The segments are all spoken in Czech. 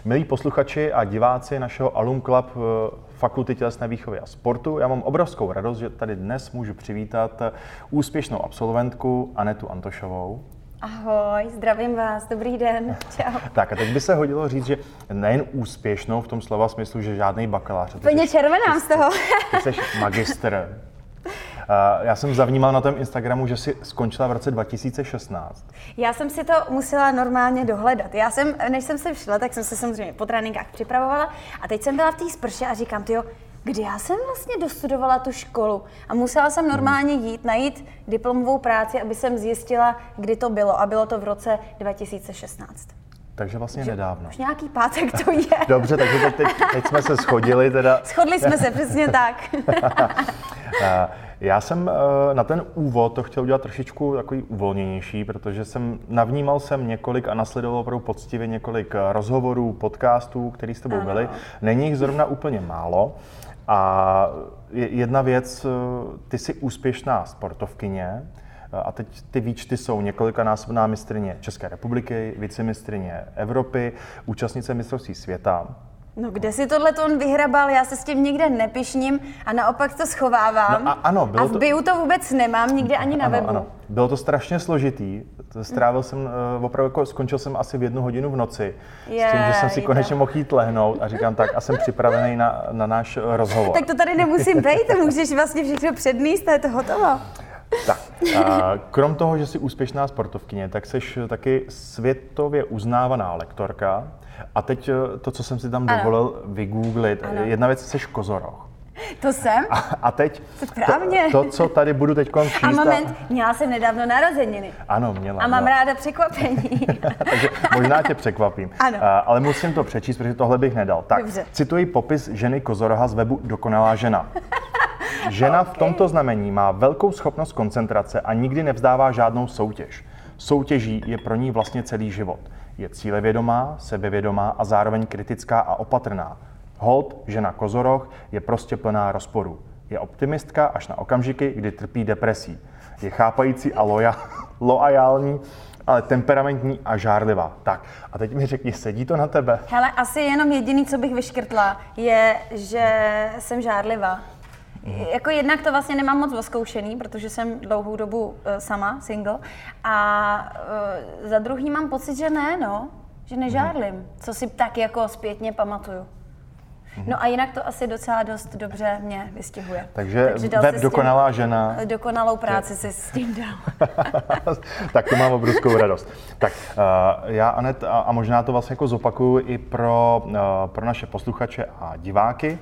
Milí posluchači a diváci našeho Alum Club Fakulty tělesné výchovy a sportu, já mám obrovskou radost, že tady dnes můžu přivítat úspěšnou absolventku Anetu Antošovou. Ahoj, zdravím vás, dobrý den, čau. Tak a teď by se hodilo říct, že nejen úspěšnou v tom slova smyslu, že žádný bakalář. Úplně červenám z toho. Ty jsi magistr. Já jsem zavnímal na tom Instagramu, že jsi skončila v roce 2016. Já jsem si to musela normálně dohledat. Než jsem se všla, tak jsem se samozřejmě po tréninkách připravovala a teď jsem byla v té sprše a říkám, tyjo, kdy já jsem vlastně dostudovala tu školu a musela jsem normálně najít diplomovou práci, aby jsem zjistila, kdy to bylo a bylo to v roce 2016. Takže vlastně nedávno. Už nějaký pátek to je. Dobře, takže teď jsme se shodili teda. Shodli jsme se, přesně tak. Já jsem na ten úvod to chtěl udělat trošičku takový uvolněnější, protože navnímal jsem několik a nasledoval opravdu poctivě několik rozhovorů, podcastů, které s tebou byly. Není jich zrovna úplně málo. A jedna věc, ty jsi úspěšná sportovkyně a teď ty výčty jsou několikanásobná mistryně České republiky, vicemistryně Evropy, účastnice mistrovství světa. No kde si tohleto on vyhrabal, já se s tím nikde nepyšním a naopak to schovávám. No ano, a v bio to vůbec nemám nikde ani na webu. Ano. Bylo to strašně složitý, strávil jsem opravdu, jako skončil jsem asi v 1 hodinu v noci, s tím, že jsem si konečně mohl jít lehnout a říkám tak a jsem připravený na náš rozhovor. Tak to tady nemusím být, to můžeš vlastně všechno přednést a je to hotovo. Tak, krom toho, že jsi úspěšná sportovkyně, tak jsi taky světově uznávaná lektorka. A teď to, co jsem si tam dovolil vygooglit, jedna věc, jsi kozoroch. To jsem? A teď to, co tady budu teď číst. A moment, měla jsem nedávno narozeniny. Ano, měla. A mám ráda překvapení. Takže možná tě překvapím. Ano. Ale musím to přečíst, protože tohle bych nedal. Tak, dobře. Cituji popis ženy kozoroha z webu Dokonalá žena. Žena v tomto znamení má velkou schopnost koncentrace a nikdy nevzdává žádnou soutěž. Soutěží je pro ní vlastně celý život. Je cílevědomá, sebevědomá a zároveň kritická a opatrná. Holt, žena kozoroh, je prostě plná rozporů. Je optimistka až na okamžiky, kdy trpí depresí. Je chápající a loajální, ale temperamentní a žárlivá. Tak, a teď mi řekni, sedí to na tebe? Hele, asi jenom jediný, co bych vyškrtla, je, že jsem žárlivá. Jako jednak to vlastně nemám moc oskoušený, protože jsem dlouhou dobu sama, single. A za druhý mám pocit, že že nežárlim, co si tak jako zpětně pamatuju. No a jinak to asi docela dost dobře mě vystihuje. Takže web Dokonalá žena. Dokonalou práci si s tím dal. Tak to mám obrovskou radost. Tak já, Anet, a možná to vlastně jako zopakuju i pro naše posluchače a diváky.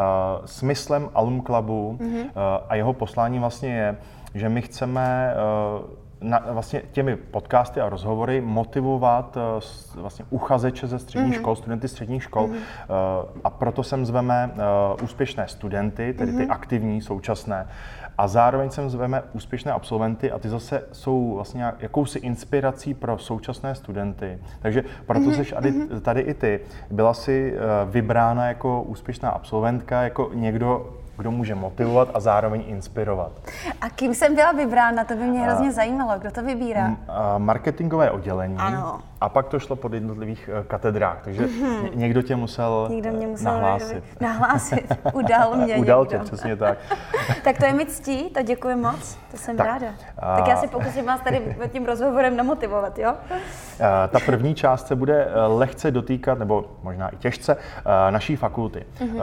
Smyslem Alum Clubu a jeho poslání vlastně je, že my chceme vlastně těmi podcasty a rozhovory motivovat vlastně uchazeče ze středních škol, studenty středních škol a proto sem zveme úspěšné studenty, tedy ty aktivní, současné, a zároveň sem zveme úspěšné absolventy a ty zase jsou vlastně jakousi inspirací pro současné studenty. Takže proto jsi tady i ty. Byla jsi vybrána jako úspěšná absolventka, jako někdo, kdo může motivovat a zároveň inspirovat. A kým jsem byla vybrána, to by mě hrozně zajímalo. Kdo to vybírá? Marketingové oddělení. Ano. A pak to šlo pod jednotlivých katedrách, takže někdo tě musel nahlásit. Udal mě Udal někdo. tě, přesně tak. Tak to je mi ctí, to děkuji moc, to jsem ráda. Tak já si pokusím vás tady tím rozhovorem namotivovat, jo? Ta první část se bude lehce dotýkat, nebo možná i těžce, naší fakulty.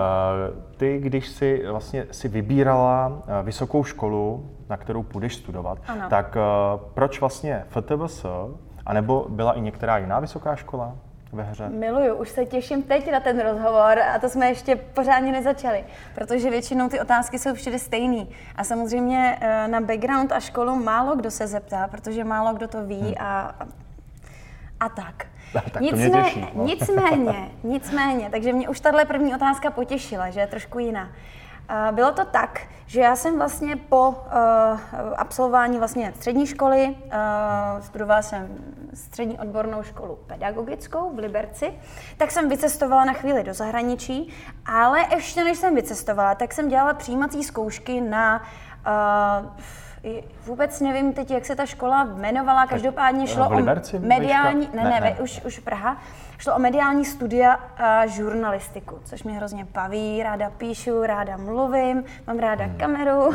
Ty, když si vybírala vysokou školu, na kterou půjdeš studovat, tak proč vlastně FTVS, anebo byla i některá jiná vysoká škola ve hře? Miluju, už se těším teď na ten rozhovor a to jsme ještě pořádně nezačali, protože většinou ty otázky jsou všude stejný. A samozřejmě na background a školu málo kdo se zeptá, protože málo kdo to ví a tak. Tak to mě těší. Nicméně, takže mě už tahle první otázka potěšila, že je trošku jiná. Bylo to tak, že já jsem vlastně po absolvování vlastně střední školy, studovala jsem střední odbornou školu pedagogickou v Liberci, tak jsem vycestovala na chvíli do zahraničí, ale ještě než jsem vycestovala, tak jsem dělala přijímací zkoušky na vůbec nevím teď, jak se ta škola jmenovala, každopádně šlo o mediální, už Praha, šlo o mediální studia a žurnalistiku, což mě hrozně baví, ráda píšu, ráda mluvím, mám ráda kameru.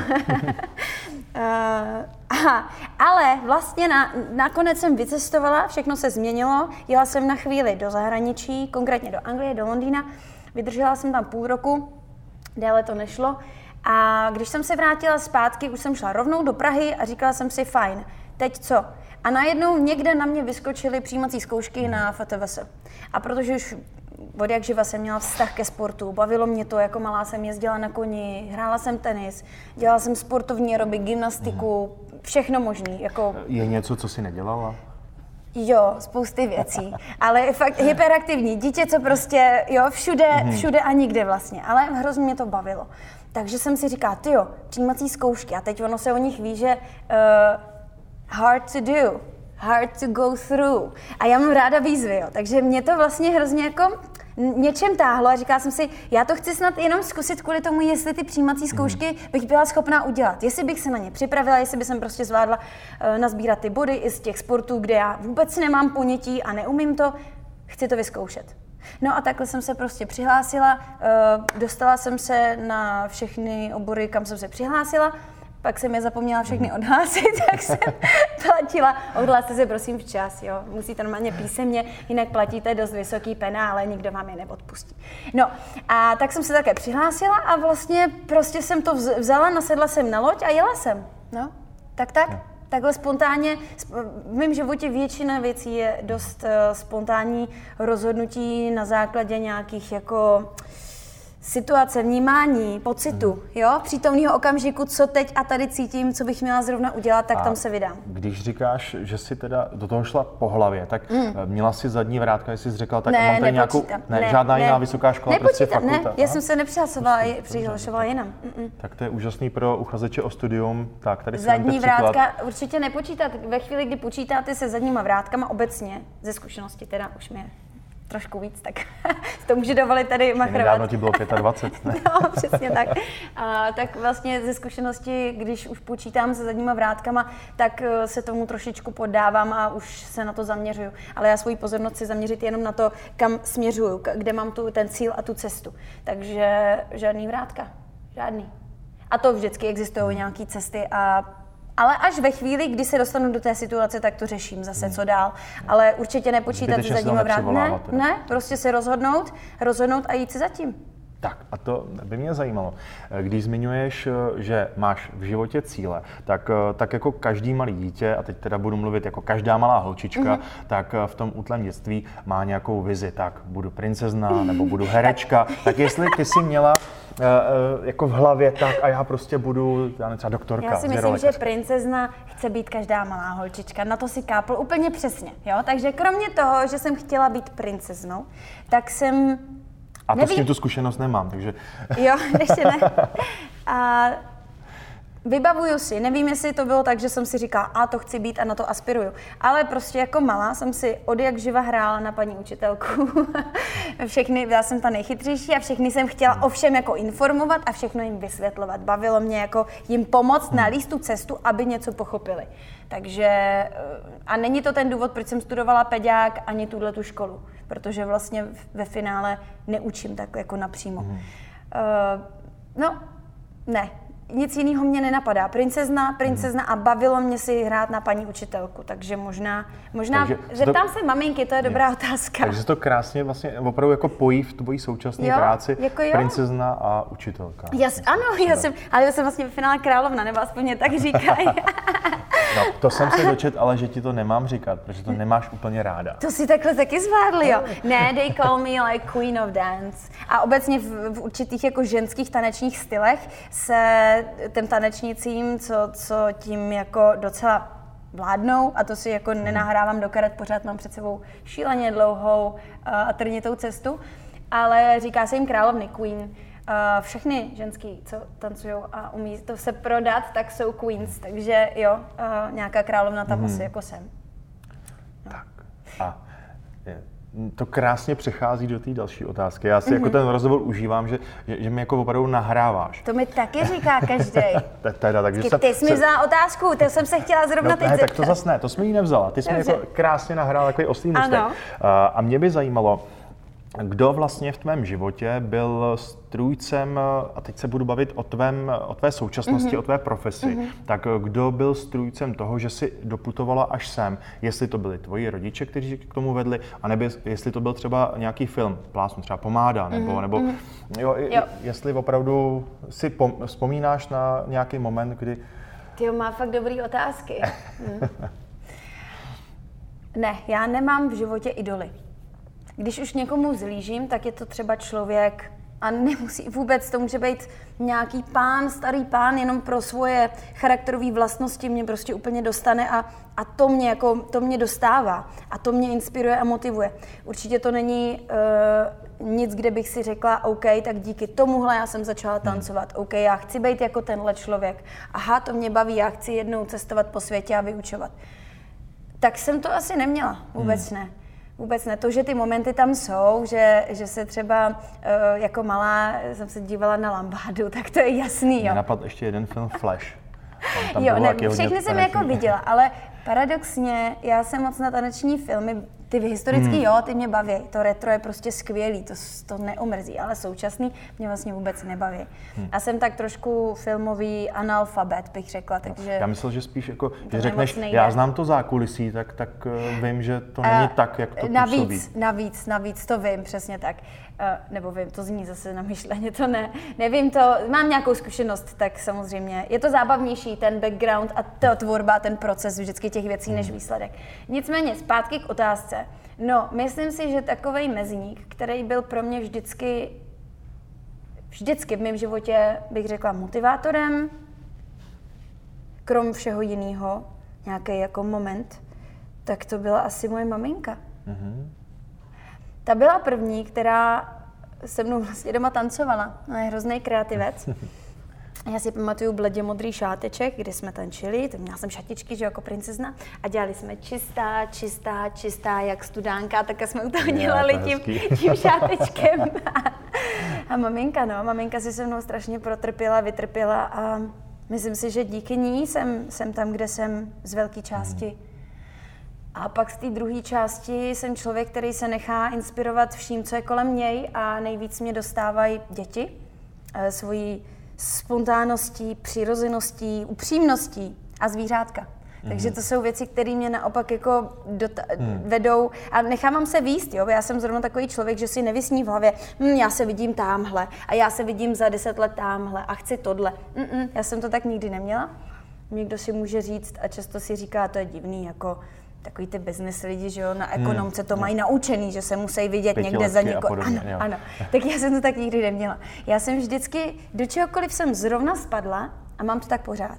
Ale vlastně nakonec jsem vycestovala, všechno se změnilo, jela jsem na chvíli do zahraničí, konkrétně do Anglie, do Londýna, vydržela jsem tam půl roku, déle to nešlo. A když jsem se vrátila zpátky, už jsem šla rovnou do Prahy a říkala jsem si, fajn, teď co? A najednou někde na mě vyskočily přijímací zkoušky na FTVS. A protože už od jak živa jsem měla vztah ke sportu, bavilo mě to, jako malá jsem jezdila na koni, hrála jsem tenis, dělala jsem sportovní aerobik, gymnastiku, všechno možný. Jako... Je něco, co jsi nedělala? Jo, spousty věcí, ale fakt hyperaktivní dítě, co prostě, jo, všude a nikde vlastně, ale hrozně mě to bavilo. Takže jsem si říkala, tyjo, přijímací zkoušky a teď ono se o nich ví, že hard to do, hard to go through. A já mám ráda výzvy, jo, takže mě to vlastně hrozně jako něčem táhlo a říkala jsem si, já to chci snad jenom zkusit kvůli tomu, jestli ty přijímací zkoušky bych byla schopná udělat. Jestli bych se na ně připravila, jestli bych jsem prostě zvládla nazbírat ty body i z těch sportů, kde já vůbec nemám ponětí a neumím to, chci to vyzkoušet. No a takhle jsem se prostě přihlásila, dostala jsem se na všechny obory, kam jsem se přihlásila, pak jsem je zapomněla všechny odhlásit, tak jsem platila, odhláste se prosím včas, jo, musíte normálně písemně, jinak platíte dost vysoký penále, nikdo vám je neodpustí. No a tak jsem se také přihlásila a vlastně prostě jsem to vzala, nasedla jsem na loď a jela jsem, no, tak. Takhle spontánně, v mém životě většina věcí je dost spontánní rozhodnutí na základě nějakých jako situace, vnímání, pocitu, jo, přítomného okamžiku, co teď a tady cítím, co bych měla zrovna udělat, tak tam se vydám. Když říkáš, že jsi teda do toho šla po hlavě, tak měla jsi zadní vrátka, jestli jsi řekla, tak mám tady nějakou, žádná jiná vysoká škola, prostě fakulta. Já jsem se nepřihlašovala jinam. Tak to je úžasný pro uchazeče o studium. Tak, tady zadní vrátka určitě nepočítat. Ve chvíli, kdy počítáte se zadníma vrátkama obecně, ze zkušenosti teda už mě trošku víc, tak to může dovolit tady machrovat. Nedávno ti bylo 25, ne? No, přesně tak. Tak vlastně ze zkušenosti, když už počítám se zadníma vrátkama, tak se tomu trošičku poddávám a už se na to zaměřuju. Ale já svoji pozornost chci zaměřit jenom na to, kam směřuju, kde mám ten cíl a tu cestu. Takže žádný vrátka, žádný. A to vždycky existují nějaké cesty ale až ve chvíli, kdy se dostanu do té situace, tak to řeším zase, co dál. Ale určitě nepočítat se zadníma vrátkama. Ne, prostě se rozhodnout a jít si zatím. Tak a to by mě zajímalo. Když zmiňuješ, že máš v životě cíle, tak jako každý malý dítě, a teď teda budu mluvit jako každá malá holčička, tak v tom útlém dětství má nějakou vizi. Tak budu princezna nebo budu herečka. Tak jestli ty jsi měla jako v hlavě tak a já prostě budu třeba doktorka. Já si myslím, že princezna chce být každá malá holčička. Na to si kápl úplně přesně. Jo? Takže kromě toho, že jsem chtěla být princeznou, tak jsem... A to s tím tu zkušenost nemám, takže... Jo, ještě ne. A vybavuju si, nevím, jestli to bylo tak, že jsem si říkala, to chci být a na to aspiruju. Ale prostě jako malá jsem si od jak živa hrála na paní učitelku. Já jsem ta nejchytřejší a všechny jsem chtěla o všem jako informovat a všechno jim vysvětlovat. Bavilo mě jako jim pomoct nalíst tu cestu, aby něco pochopili. Takže, a není to ten důvod, proč jsem studovala peďák ani tu školu, protože vlastně ve finále neučím tak jako napřímo. Ne. Nic jiného mě nenapadá. Princezna a bavilo mě si hrát na paní učitelku, takže možná zeptám se maminky, to je dobrá otázka. Takže se to krásně vlastně opravdu jako pojí v tvojí současné práci, jako princezna a učitelka. Já jsem vlastně ve finále královna, nebo aspoň mě tak říkají. No, to jsem se dočet, ale že ti to nemám říkat, protože to nemáš úplně ráda. To si takhle taky zvládli, jo. Ne, they call me like queen of dance. A obecně v určitých jako ženských tanečních stylech se těm tanečnicím, co tím jako docela vládnou, a to si jako nenahrávám do karet, pořád mám před sebou šíleně dlouhou a trnitou cestu, ale říká se jim královny, queen. Všechny ženský, co tancují a umí to se prodat, tak jsou queens, takže jo, nějaká královna tam asi jako jsem. No. Tak a To krásně přechází do té další otázky. Já si jako ten rozhovor užívám, že mi jako opravdu nahráváš. To mi taky říká každej. Takže ty jsi mi vzala otázku, to jsem se chtěla zrovna teď zeptat. Tak to zase ne, to jsme jí nevzala. Ty jsi mi jako krásně nahrál takový oslý můstek. A mě by zajímalo, kdo vlastně v tvém životě byl strůjcem, a teď se budu bavit o tvé současnosti, o tvé profesi, tak kdo byl strůjcem toho, že jsi doputovala až sem? Jestli to byli tvoji rodiče, kteří k tomu vedli, anebo jestli to byl třeba nějaký film, plásnu, třeba Pomáda, nebo jo. Jestli opravdu si vzpomínáš na nějaký moment, kdy... Ty má fakt dobrý otázky. Ne, já nemám v životě idoly. Když už někomu zlížím, tak je to třeba člověk a nemusí vůbec, to může být nějaký pán, starý pán, jenom pro svoje charakterové vlastnosti mě prostě úplně dostane a to mě dostává a to mě inspiruje a motivuje. Určitě to není nic, kde bych si řekla, OK, tak díky tomuhle já jsem začala tancovat, OK, já chci být jako tenhle člověk, aha, to mě baví, já chci jednou cestovat po světě a vyučovat. Tak jsem to asi neměla, vůbec ne. Vůbec ne. To, že ty momenty tam jsou, že se třeba jako malá jsem se dívala na Lambádu, tak to je jasný, jo. Mě napadl ještě jeden film Flash. Tam jo, ne, všechny jsem jako viděla, ale paradoxně, já jsem moc na taneční filmy, ty historický, jo, ty mě baví, to retro je prostě skvělý, to neomrzí, ale současný mě vlastně vůbec nebaví. A jsem tak trošku filmový analfabet, bych řekla, takže... Já myslel, že spíš jako, že řekneš, já znám to zákulisí, tak vím, že to není tak, jak to působí. Navíc to vím, přesně tak. Nebo vím, to zní zase namyšleně, to ne. Nevím to, mám nějakou zkušenost, tak samozřejmě. Je to zábavnější, ten background a ta tvorba, ten proces vždycky těch věcí než výsledek. Nicméně, zpátky k otázce. No, myslím si, že takovej mezník, který byl pro mě vždycky v mém životě, bych řekla, motivátorem, krom všeho jiného, nějaký jako moment, tak to byla asi moje maminka. Ta byla první, která se mnou vlastně doma tancovala. Ona je hrozný kreativec. Já si pamatuju bledě modrý šáteček, kdy jsme tančili, měla jsem šatičky, že jako princezna, a dělali jsme čistá, jak studánka, tak jsme u toho dělali tím šátečkem. A maminka si se mnou strašně vytrpěla a myslím si, že díky ní jsem tam, kde jsem z velké části. A pak z té druhé části jsem člověk, který se nechá inspirovat vším, co je kolem něj, a nejvíc mě dostávají děti svojí spontánností, přirozeností, upřímností a zvířátka. Takže to jsou věci, které mě naopak jako vedou a nechávám se vést, jo. Já jsem zrovna takový člověk, že si nevysní v hlavě, já se vidím támhle a já se vidím za 10 let támhle a chci tohle. Já jsem to tak nikdy neměla. Někdo si může říct a často si říká, to je divný, jako takový ty business lidi, že jo, na ekonomce to mají naučený, že se musí vidět někde za někoho. Ano. Tak já jsem to tak nikdy neměla. Já jsem vždycky, do čehokoliv jsem zrovna spadla, a mám to tak pořád,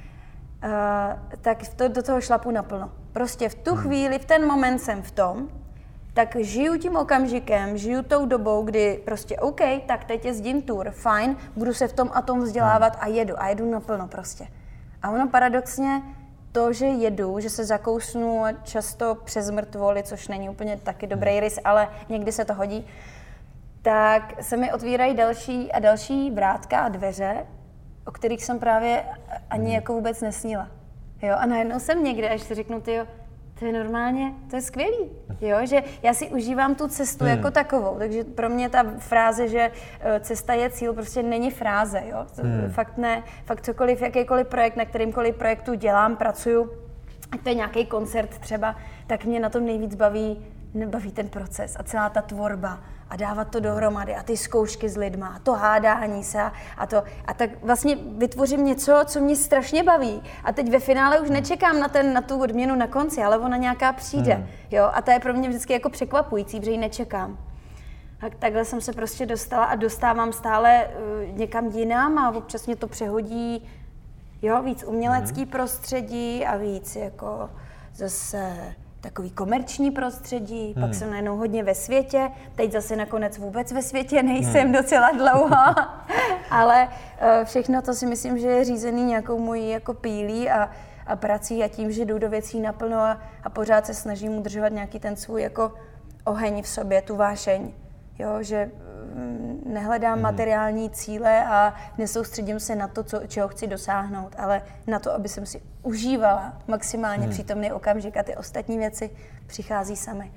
tak do toho šlapu naplno. Prostě v tu chvíli, v ten moment jsem v tom, tak žiju tím okamžikem, žiju tou dobou, kdy prostě OK, tak teď jezdím tour, fajn, budu se v tom a tom vzdělávat a jedu naplno prostě. A ono paradoxně, to, že jedu, že se zakousnu často přes mrtvoly, což není úplně taky dobrý rys, ale někdy se to hodí, tak se mi otvírají další a další vrátka a dveře, o kterých jsem právě ani jako vůbec nesnila. Jo? A najednou jsem někde, až si řeknu, tyjo, to je normálně, to je skvělý, jo? Že já si užívám tu cestu jako takovou, takže pro mě ta fráze, že cesta je cíl, prostě není fráze, jo? Fakt ne, fakt cokoliv, jakýkoliv projekt, na kterýmkoliv projektu dělám, pracuju, ať to je nějaký koncert třeba, tak mě na tom nejvíc baví ten proces a celá ta tvorba a dávat to dohromady a ty zkoušky s lidma a to hádání se a tak vlastně vytvořím něco, co mě strašně baví a teď ve finále už nečekám na tu odměnu na konci, ale ona nějaká přijde, jo, a to je pro mě vždycky jako překvapující, protože ji nečekám. A takhle jsem se prostě dostala a dostávám stále někam jinam a občas mě to přehodí, jo, víc umělecký prostředí a víc jako zase takový komerční prostředí, pak jsem najednou hodně ve světě, teď zase nakonec vůbec ve světě nejsem docela dlouho, ale všechno to si myslím, že je řízený nějakou mojí jako pílí a prací a tím, že jdu do věcí naplno a pořád se snažím udržovat nějaký ten svůj jako oheň v sobě, tu vášeň, jo, že nehledám materiální cíle a nesoustředím se na to, čeho chci dosáhnout, ale na to, aby jsem si užívala maximálně přítomný okamžik a ty ostatní věci přichází samy.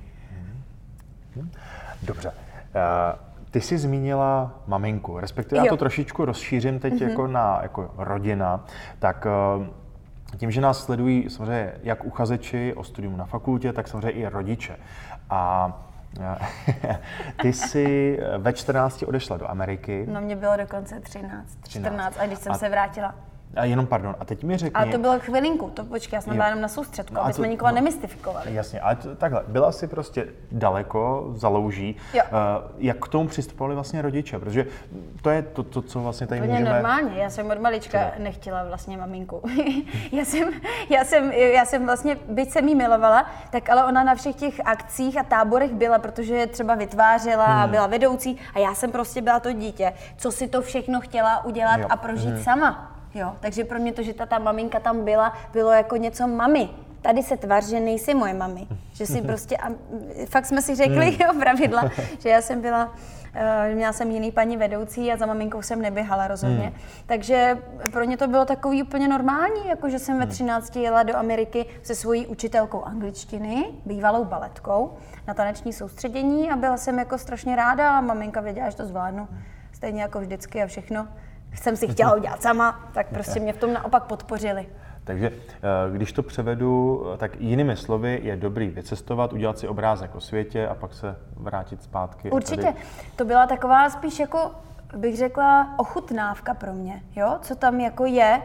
Dobře. Ty jsi zmínila maminku, respektive já to trošičku rozšířím teď jako rodina, tak tím, že nás sledují samozřejmě jak uchazeči o studium na fakultě, tak samozřejmě i rodiče. A ty jsi ve 14 odešla do Ameriky. No mě bylo dokonce 14, a když jsem se vrátila. A jenom pardon, a teď mi řekni... Ale to bylo chvilinku, počkej, já jsem byla jenom na soustředku, aby jsme nikoho nemystifikovali. Jasně, ale takhle, byla jsi prostě daleko, za louží. Jak k tomu přistupovali vlastně rodiče? Protože to je to co vlastně tady můžeme... normálně, já jsem od malička nechtěla vlastně maminku. já jsem vlastně, byť jsem jí milovala, tak ale ona na všech těch akcích a táborech byla, protože třeba vytvářela a byla vedoucí a já jsem prostě byla to dítě, co si to všechno chtěla udělat a prožít sama. Jo, takže pro mě to, že ta maminka tam byla, bylo jako něco mami. Tady se tvař, že nejsi moje mami. Že si prostě, a fakt jsme si řekli pravidla, že já jsem byla, měla jsem jiný paní vedoucí a za maminkou jsem neběhala rozhodně. Takže pro mě to bylo takový úplně normální, jako že jsem ve 13 jela do Ameriky se svojí učitelkou angličtiny, bývalou baletkou, na taneční soustředění a byla jsem jako strašně ráda a maminka věděla, že to zvládnu. Stejně jako vždycky a všechno. Jsem si chtěla udělat sama, tak prostě mě v tom naopak podpořili. Takže když to převedu, tak jinými slovy je dobrý vycestovat, udělat si obrázek o světě a pak se vrátit zpátky. Určitě. Tady... To byla taková spíš jako, bych řekla, ochutnávka pro mě, jo? Co tam jako je,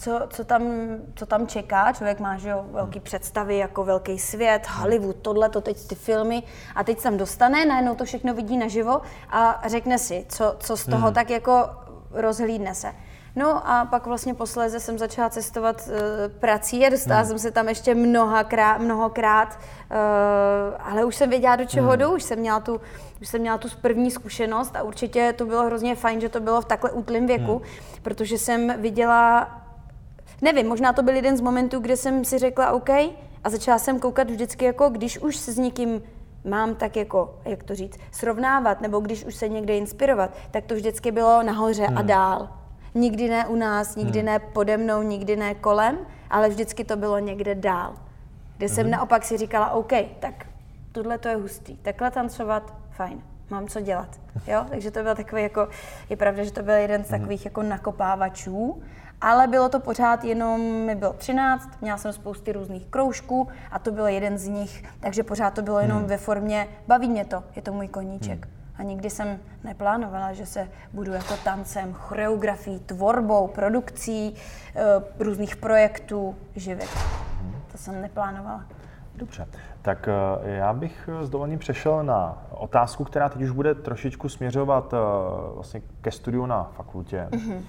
co tam čeká. Člověk má, že jo, velký představy, jako velký svět, Hollywood, tohleto, teď ty filmy a teď se tam dostane, najednou to všechno vidí naživo a řekne si, co z toho tak jako rozhlídne se. No a pak vlastně posléze jsem začala cestovat prací a dostala jsem se tam ještě mnohokrát, ale už jsem věděla, do čeho jdu, už jsem měla tu první zkušenost a určitě to bylo hrozně fajn, že to bylo v takhle útlém věku, protože jsem viděla, nevím, možná to byl jeden z momentů, kde jsem si řekla OK a začala jsem koukat vždycky jako, když už se s někým mám tak jako, jak to říct, srovnávat, nebo když už se někde inspirovat, tak to vždycky bylo nahoře a dál. Nikdy ne u nás, nikdy ne pode mnou, nikdy ne kolem, ale vždycky to bylo někde dál. Kde jsem naopak si říkala, OK, tak tohle to je hustý, takhle tancovat, fajn, mám co dělat. Jo? Takže to byl takový jako, je pravda, že to byl jeden z takových jako nakopávačů, ale bylo to pořád jenom, mi bylo 13, měla jsem spousty různých kroužků a to byl jeden z nich, takže pořád to bylo jenom ve formě, baví mě to, je to můj koníček. A nikdy jsem neplánovala, že se budu jako tancem, choreografií, tvorbou, produkcí, různých projektů živit. To jsem neplánovala. Dobře, tak já bych s dovolením přešel na otázku, která teď už bude trošičku směřovat vlastně ke studiu na fakultě.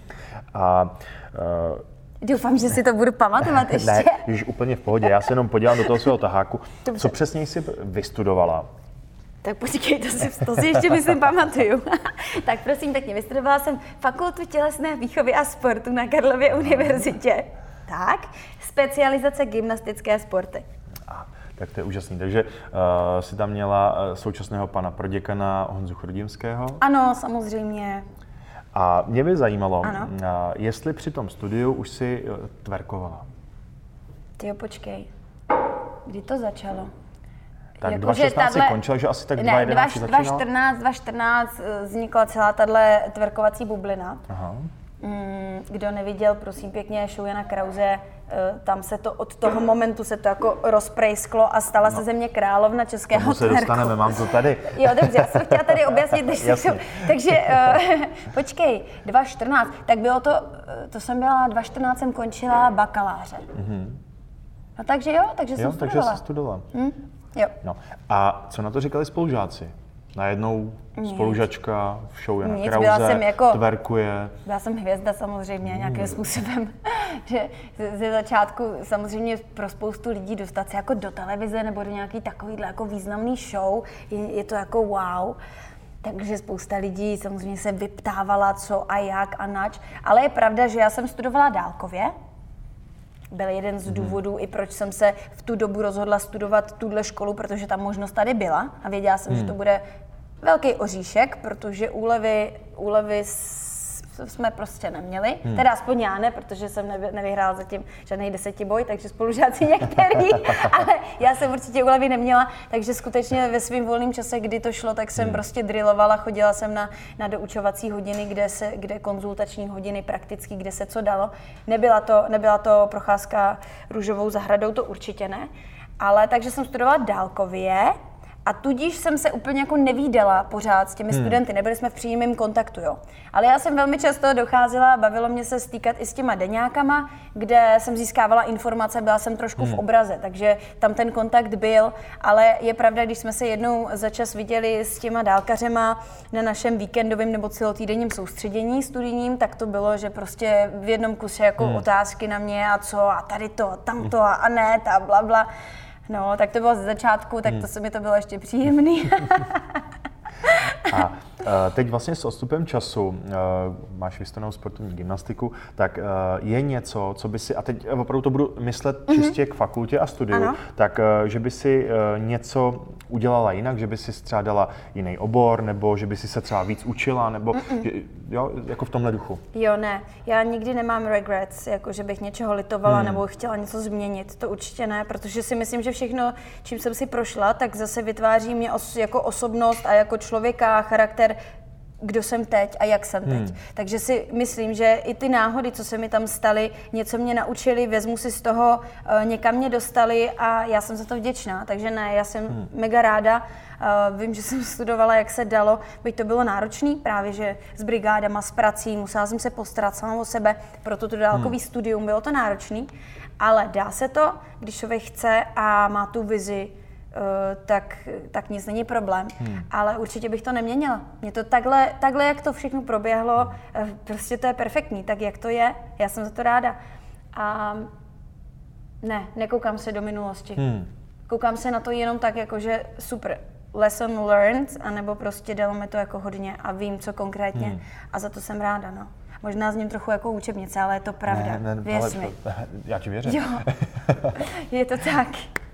Doufám, že si to budu pamatovat ještě. Ne, už úplně v pohodě, já se jenom podívám do toho svého taháku. Dobře. Co přesně jsi vystudovala? Tak počkej, to si ještě myslím pamatuju. Tak prosím pěkně, vystudovala jsem Fakultu tělesné výchovy a sportu na Karlově univerzitě. Tak, specializace gymnastické sporty. Tak to je úžasný. Takže jsi tam měla současného pana proděkana Honzu Chrudimského? Ano, samozřejmě. A mě by zajímalo, jestli při tom studiu už jsi twerkovala. Tyjo, počkej. Kdy to začalo? Tak jako 2016 si končila, že asi tak 2011 začínala? 2014 vznikla celá tahle twerkovací bublina. Aha. Kdo neviděl, prosím pěkně, show Jana Krause, tam se to od toho momentu se to jako rozprejsklo a stala se ze mě královna českého twerku. se dostaneme, mám to tady. Jo, dobře, já jsem chtěla tady objasnit, než si to... Takže, počkej, 2014, tak bylo to jsem byla, 2014 jsem končila bakaláře. No takže jo, takže jsem studovala. Takže jsi studovala. Jo. No. A co na to říkali spolužáci? Najednou spolužačka v show Jana Krause, twerkuje. Byla jsem hvězda samozřejmě nějakým způsobem. Že ze začátku samozřejmě pro spoustu lidí dostat se jako do televize nebo do nějaký takovýhle jako významný show, je to jako wow. Takže spousta lidí samozřejmě se vyptávala co a jak a nač. Ale je pravda, že já jsem studovala dálkově. byl jeden z důvodů, i proč jsem se v tu dobu rozhodla studovat tuhle školu, protože ta možnost tady byla a věděla jsem, že to bude velký oříšek, protože úlevy jsme prostě neměli. Teda aspoň já ne, protože jsem nevyhrála zatím žádný 10 boj, takže spolužáci některý, ale já jsem určitě úlevy neměla, takže skutečně ve svém volném čase, kdy to šlo, tak jsem prostě drillovala, chodila jsem na doučovací hodiny, kde konzultační hodiny prakticky, kde se co dalo. Nebyla to procházka růžovou zahradou, to určitě ne, ale takže jsem studovala dálkově. A tudíž jsem se úplně jako nevídala pořád s těmi studenty, nebyli jsme v přímém kontaktu, jo. Ale já jsem velmi často docházela, bavilo mě se stýkat i s těma deňákama, kde jsem získávala informace, byla jsem trošku v obraze, takže tam ten kontakt byl, ale je pravda, když jsme se jednou za čas viděli s těma dálkařema na našem víkendovém nebo celotýdenním soustředění studijním, tak to bylo, že prostě v jednom kuse jako otázky na mě a co a tady to, tamto a ne, ta blabla. No, tak to bylo ze začátku, tak to se mi to bylo ještě příjemný. A teď vlastně s odstupem času, máš vystavenou sportovní gymnastiku, tak je něco, co by si, a teď opravdu to budu myslet čistě k fakultě a studiu, ano. tak že by si něco udělala jinak, že by si třeba dala jiný obor, nebo že by si se třeba víc učila, nebo jo, jako v tomhle duchu. Jo, ne, já nikdy nemám regrets, jako že bych něčeho litovala nebo chtěla něco změnit, to určitě ne, protože si myslím, že všechno, čím jsem si prošla, tak zase vytváří mě jako osobnost a jako člověka, charakter, kdo jsem teď a jak jsem teď. Takže si myslím, že i ty náhody, co se mi tam staly, něco mě naučili, vezmu si z toho, někam mě dostali a já jsem za to vděčná. Takže ne, já jsem mega ráda. Vím, že jsem studovala, jak se dalo, byť to bylo náročný, právě že s brigádama, s prací, musela jsem se postarat sama o sebe, proto to dálkový studium bylo to náročný, ale dá se to, když člověk chce a má tu vizi, tak nic není problém. Ale určitě bych to neměnila. Mě to takhle, jak to všechno proběhlo, prostě to je perfektní, tak jak to je, já jsem za to ráda. A nekoukám se do minulosti. Koukám se na to jenom tak, jakože super, lesson learned, anebo prostě dalo mi to jako hodně a vím, co konkrétně a za to jsem ráda, no. Možná zním trochu jako učebnice, ale je to pravda, věř mi. Já ti věřím. Jo, je to tak.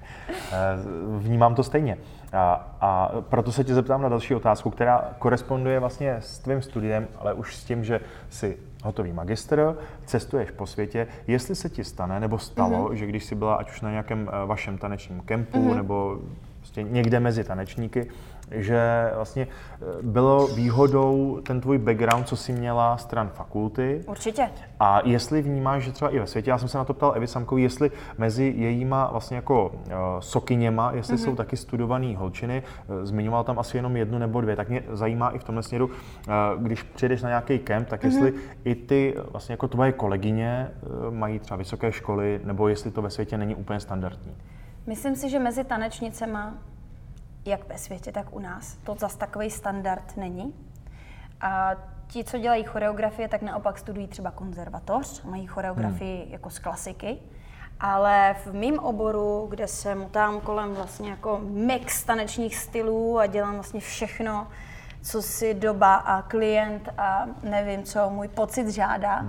Vnímám to stejně. A proto se tě zeptám na další otázku, která koresponduje vlastně s tvým studiem, ale už s tím, že jsi hotový magistr, cestuješ po světě. Jestli se ti stane, nebo stalo, že když jsi byla ať už na nějakém vašem tanečním kempu, nebo prostě někde mezi tanečníky, že vlastně bylo výhodou ten tvůj background, co jsi měla stran fakulty. Určitě. A jestli vnímáš, že třeba i ve světě, já jsem se na to ptal Evy Samkové, jestli mezi jejíma vlastně jako sokyněma, jestli jsou taky studovaný holčiny, zmiňoval tam asi jenom 1 nebo 2, tak mě zajímá i v tomhle směru, když přijedeš na nějaký kemp, tak jestli i ty vlastně jako tvoje kolegyně mají třeba vysoké školy, nebo jestli to ve světě není úplně standardní. Myslím si, že mezi tanečnicema, jak ve světě, tak u nás, to zas takový standard není. A ti, co dělají choreografie, tak naopak studují třeba konzervatoř, mají choreografii jako z klasiky. Ale v mém oboru, kde se mutám kolem vlastně jako mix tanečních stylů a dělám vlastně všechno, co si doba a klient a nevím co, můj pocit žádá,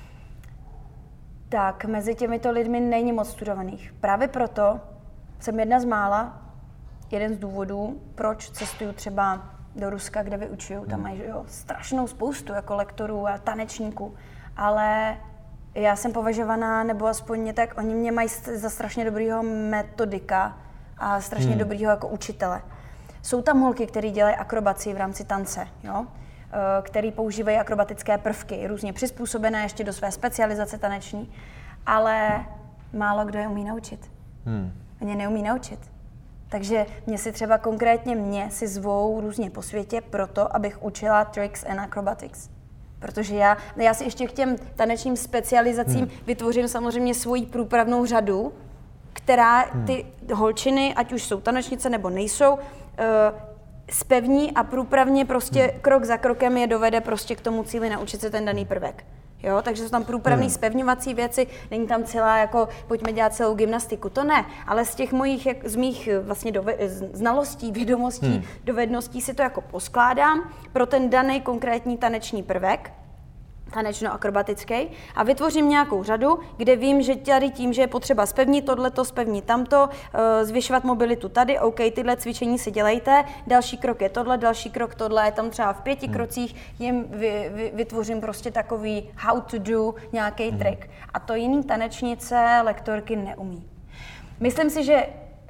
tak mezi těmito lidmi není moc studovaných. Právě proto jsem jedna z mála, jeden z důvodů, proč cestuju třeba do Ruska, kde vyučuju. Tam mají strašnou spoustu jako lektorů a tanečníků, ale já jsem považovaná, nebo aspoň tak, oni mě mají za strašně dobrýho metodika a strašně dobrýho jako učitele. Jsou tam holky, které dělají akrobaci v rámci tance, jo? Který používají akrobatické prvky, různě přizpůsobené ještě do své specializace taneční, ale málo kdo je umí naučit. Mě neumí naučit. Takže mě si třeba konkrétně si zvou různě po světě proto, abych učila tricks and acrobatics. Protože já si ještě k těm tanečním specializacím vytvořím samozřejmě svoji průpravnou řadu, která ty holčiny, ať už jsou tanečnice nebo nejsou, spevní a průpravně prostě krok za krokem je dovede prostě k tomu cíli naučit se ten daný prvek. Jo, takže jsou tam průpravné spevňovací věci, není tam celá jako pojďme dělat celou gymnastiku, to ne, ale z těch z mých vlastně znalostí, vědomostí, dovedností si to jako poskládám pro ten daný konkrétní taneční prvek tanečno-akrobatický a vytvořím nějakou řadu, kde vím, že tady tím, že je potřeba zpevnit tohleto, zpevnit tamto, zvyšovat mobilitu tady, OK, tyhle cvičení si dělejte, další krok je tohle, další krok tohle, tam třeba v 5 krocích jim vytvořím prostě takový how to do, nějaký trik. A to jiný tanečnice, lektorky neumí. Myslím si, že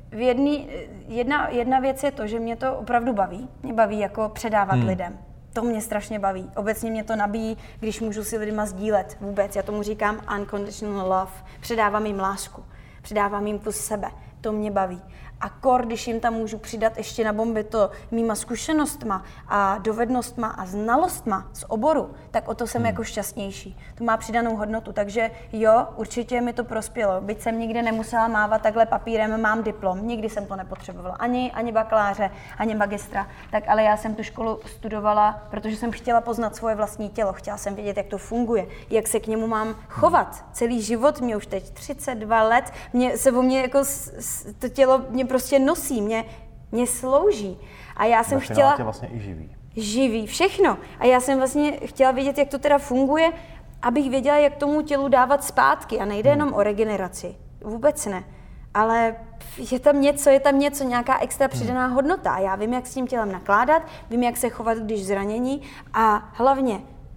jedna věc je to, že mě to opravdu baví. Mě baví jako předávat lidem. To mě strašně baví. Obecně mě to nabíjí, když můžu si lidma sdílet vůbec. Já tomu říkám unconditional love. Předávám jim lásku. Předávám jim kus sebe. To mě baví. A když jim tam můžu přidat ještě na bomby to mýma zkušenostma a dovednostma a znalostma z oboru, tak o to jsem jako šťastnější. To má přidanou hodnotu, takže jo, určitě mi to prospělo. Byť jsem nikdy nemusela mávat takhle papírem, mám diplom, nikdy jsem to nepotřebovala. Ani bakaláře, ani magistra. Tak ale já jsem tu školu studovala, protože jsem chtěla poznat svoje vlastní tělo. Chtěla jsem vědět, jak to funguje, jak se k němu mám chovat. Celý život, mě už teď 32 let, mě jako to tělo mě prostě nosí, mě slouží. A já jsem chtěla... tě vlastně i živí. Živí, všechno. A já jsem vlastně chtěla vědět, jak to teda funguje, abych věděla, jak tomu tělu dávat zpátky. A nejde jenom o regeneraci. Vůbec ne. Ale je tam něco, nějaká extra přidaná hodnota. A já vím, jak s tím tělem nakládat, vím, jak se chovat, když zranění. A hlavně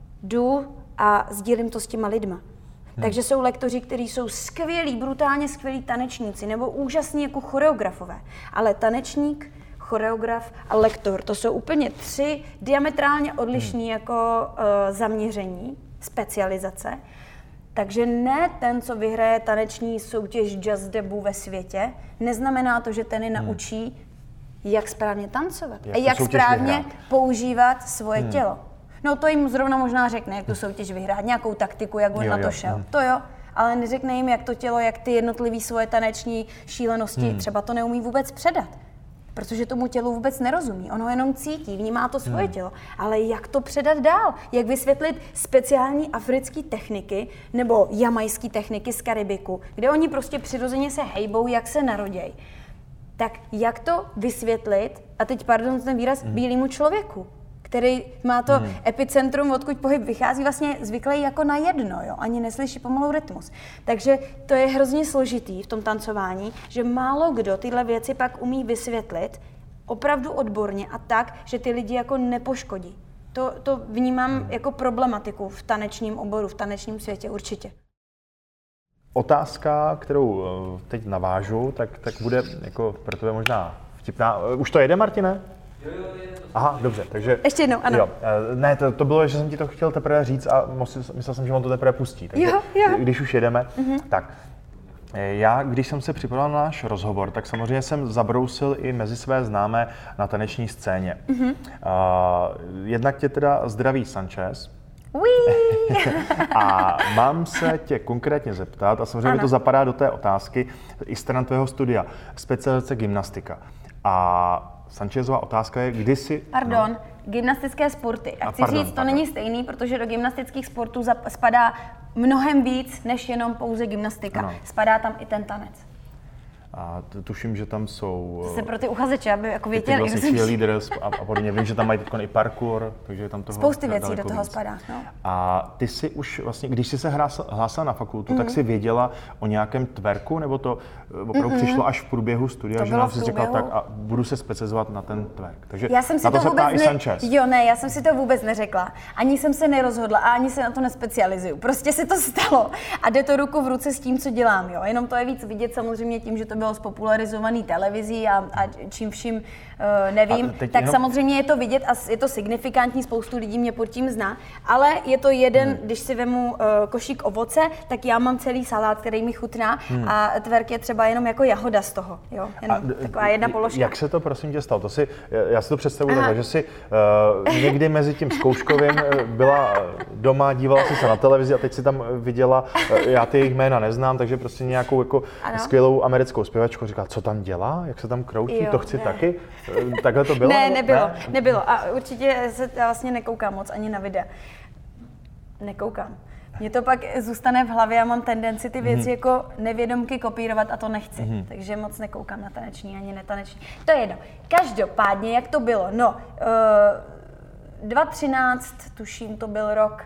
jdu a sdílím to s těma lidma. Takže jsou lektoři, kteří jsou skvělí, brutálně skvělí tanečníci nebo úžasní jako choreografové. Ale tanečník, choreograf a lektor, to jsou úplně 3 diametrálně odlišní jako zaměření, specializace. Takže ne ten, co vyhraje taneční soutěž Just Debu ve světě, neznamená to, že ten je naučí, jak správně tancovat a jak správně používat svoje tělo. No to jim zrovna možná řekne, jak tu soutěž vyhrát, nějakou taktiku, jak on na to šel. To jo, ale neřekne jim, jak to tělo, jak ty jednotlivý svoje taneční šílenosti třeba to neumí vůbec předat. Protože tomu tělu vůbec nerozumí, ono jenom cítí, vnímá to svoje tělo. Ale jak to předat dál? Jak vysvětlit speciální africké techniky nebo jamajské techniky z Karibiku, kde oni prostě přirozeně se hejbou, jak se narodějí. Tak jak to vysvětlit, a teď pardon ten výraz, bílému člověku, který má to epicentrum, odkud pohyb vychází, vlastně zvyklý jako na jedno, jo? Ani neslyší pomalu rytmus. Takže to je hrozně složitý v tom tancování, že málo kdo tyhle věci pak umí vysvětlit opravdu odborně a tak, že ty lidi jako nepoškodí. To vnímám jako problematiku v tanečním oboru, v tanečním světě určitě. Otázka, kterou teď navážu, tak bude jako pro tebe možná vtipná. Už to jede, Martine? Jo, jede to. Aha, dobře, takže... Ještě jednou, ano. Jo. Ne, to bylo, že jsem ti to chtěl teprve říct a myslel jsem, že on to teprve pustí. Takže jo. Když už jedeme, tak já, když jsem se připravil na náš rozhovor, tak samozřejmě jsem zabrousil i mezi své známé na taneční scéně. Jednak tě teda zdraví Sanchez. A mám se tě konkrétně zeptat, a samozřejmě to zapadá do té otázky, i stran tvého studia, specializace gymnastika. A Sanchezova otázka je, kdy si... Pardon, gymnastické sporty. A chci říct, to není stejný, protože do gymnastických sportů spadá mnohem víc, než jenom pouze gymnastika. Ano. Spadá tam i ten tanec. A tuším, že tam jsou... To se pro ty uchazeče, aby jako věděli. Vlastně cheerleaders a podobně. Vím, že tam mají i parkour, takže tam toho... Spousty věcí do toho spadá. No. A ty si už vlastně, když jsi se hlásila na fakultu, tak jsi věděla o nějakém twerku, nebo to opravdu přišlo až v průběhu studia, že nám jsi říkala tak a budu se specializovat na ten twerk. Takže já jsem si na to se ptá i Sanchez. Jo, ne, já jsem si to vůbec neřekla. Ani jsem se nerozhodla a ani se na to nespecializuju. Prostě se to stalo a jde to ruku v ruce s tím, co dělám. Jo. Jenom to je víc vidět samozřejmě tím, že to bylo spopularizovaný televizí a čím vším nevím, tak jenom... samozřejmě je to vidět a je to signifikantní, spoustu lidí mě pod tím zná, ale je to jeden, když si vemu košík ovoce, tak já mám celý salát, který mi chutná a twerk je třeba jenom jako jahoda z toho, jo, jenom taková jedna položka. Jak se to prosím tě stalo? Já si to představuji takhle, že si někdy mezi tím zkouškovým byla doma, dívala si se na televizi a teď si tam viděla, já ty jejich jména neznám, takže prostě nějakou jako skvělou americkou zpěvačku, říkala, co tam dělá, jak se tam kroutí, jo, to chci taky. Takhle to bylo? Nebylo. A určitě se vlastně nekoukám moc ani na videa. Nekoukám. Mně to pak zůstane v hlavě a mám tendenci ty věci jako nevědomky kopírovat a to nechci. Takže moc nekoukám na taneční ani netaneční. To je jedno. Každopádně, jak to bylo? No, 2013, tuším, to byl rok.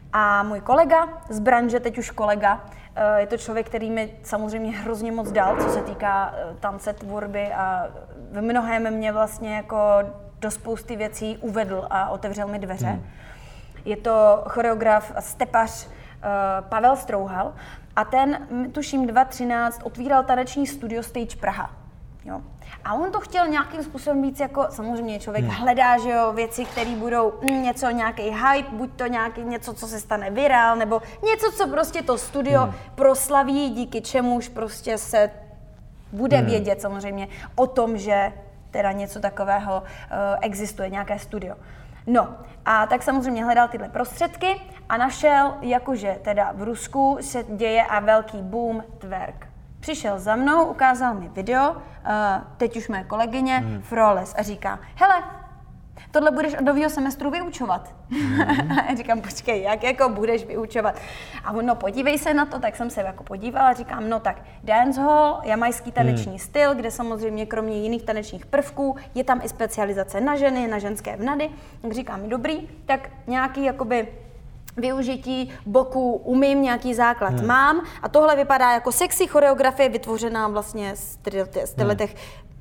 A můj kolega z branže, teď už kolega, je to člověk, který mi samozřejmě hrozně moc dal, co se týká tance, tvorby a v mnohém mě vlastně jako do spousty věcí uvedl a otevřel mi dveře. Je to choreograf a stepař Pavel Strouhal a ten, tuším 2013, otvíral taneční studio Stage Praha. Jo. A on to chtěl nějakým způsobem víc jako, samozřejmě člověk hledá, že jo, věci, které budou něco, nějaký hype, buď to něco, co se stane virál, nebo něco, co prostě to studio proslaví, díky čemuž prostě se bude vědět samozřejmě o tom, že teda něco takového existuje, nějaké studio. No a tak samozřejmě hledal tyhle prostředky a našel, jakože teda v Rusku se děje a velký boom twerk. Přišel za mnou, ukázal mi video, teď už mé kolegyně, Froles, a říká, hele, tohle budeš od nového semestru vyučovat. A říkám, počkej, jak jako budeš vyučovat? A on, no podívej se na to, tak jsem se jako podívala a říkám, no tak dancehall, jamajský taneční styl, kde samozřejmě kromě jiných tanečních prvků je tam i specializace na ženy, na ženské vnady. Tak říkám, dobrý, tak nějaký jakoby využití boku umím, nějaký základ mám a tohle vypadá jako sexy choreografie vytvořená vlastně z těch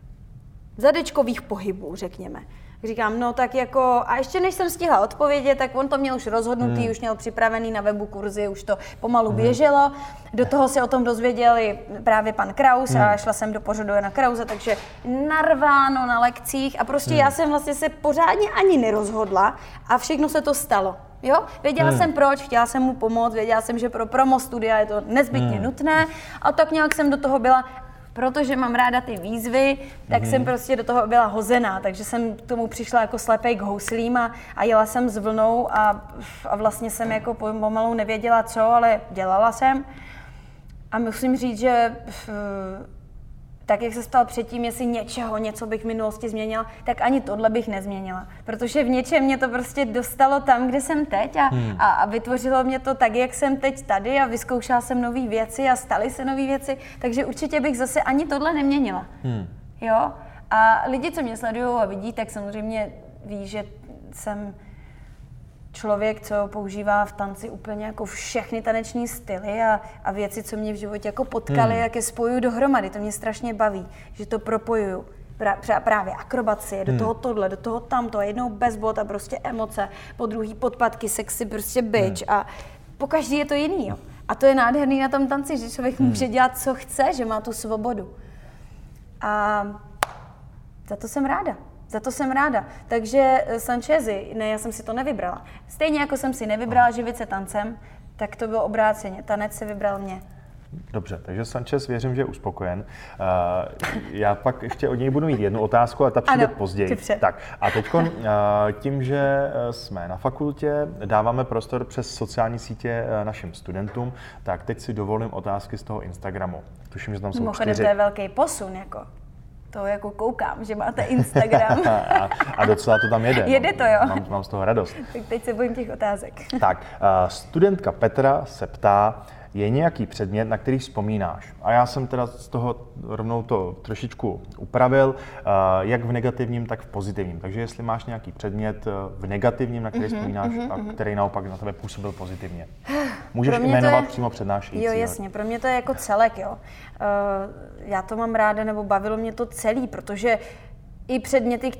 zadečkových pohybů, řekněme. Říkám, no tak jako, a ještě než jsem stihla odpovědět, tak on to měl už rozhodnutý, už měl připravený na webu kurzy, už to pomalu běželo. Do toho se o tom dozvěděli právě pan Kraus a šla jsem do pořadu Jana Krause, takže narváno na lekcích a prostě já jsem vlastně se pořádně ani nerozhodla a všechno se to stalo. Jo? Věděla jsem proč, chtěla jsem mu pomoct, věděla jsem, že pro promo studia je to nezbytně nutné a tak nějak jsem do toho byla, protože mám ráda ty výzvy, tak jsem prostě do toho byla hozená, takže jsem k tomu přišla jako slepej k houslím a jela jsem s vlnou a vlastně jsem jako pomalu nevěděla co, ale dělala jsem. A musím říct, že tak jak se stalo předtím, jestli něco bych v minulosti změnila, tak ani tohle bych nezměnila. Protože v něčem mě to prostě dostalo tam, kde jsem teď a vytvořilo mě to tak, jak jsem teď tady a vyzkoušela jsem nové věci a staly se nové věci, takže určitě bych zase ani tohle neměnila. Jo? A lidi, co mě sledují a vidí, tak samozřejmě ví, že jsem člověk, co používá v tanci úplně jako všechny taneční styly a věci, co mě v životě jako potkaly, jak je spojuju dohromady. To mě strašně baví, že to propojuju. Právě akrobacie, do toho tohle, do toho tamto, jednou bez bod a prostě emoce, po druhý podpatky, sexy, prostě bitch a po každý je to jiný. Jo. A to je nádherný na tom tanci, že člověk může dělat, co chce, že má tu svobodu. A za to jsem ráda. Takže Sanchezi, ne, já jsem si to nevybrala. Stejně jako jsem si nevybrala živit se tancem, tak to bylo obráceně. Tanec se vybral mě. Dobře, takže Sanchez věřím, že je uspokojen. Já pak ještě od něj budu mít jednu otázku, ale ta přijde později. Tak, a teď tím, že jsme na fakultě, dáváme prostor přes sociální sítě našim studentům, tak teď si dovolím otázky z toho Instagramu. Tuším, že tam jsou 4. To je velký posun, jako. To jako koukám, že máte Instagram. a docela to tam jede. Jede to, jo. Mám z toho radost. Tak teď se bojím těch otázek. Tak, studentka Petra se ptá, je nějaký předmět, na který vzpomínáš? A já jsem teda z toho rovnou to trošičku upravil, jak v negativním, tak v pozitivním. Takže jestli máš nějaký předmět v negativním, na který vzpomínáš a který naopak na tebe působil pozitivně. Můžeš jmenovat přímo přednášející. Jo, jasně, pro mě to je jako celek, jo. Já to mám ráda, nebo bavilo mě to celý, protože i předměty,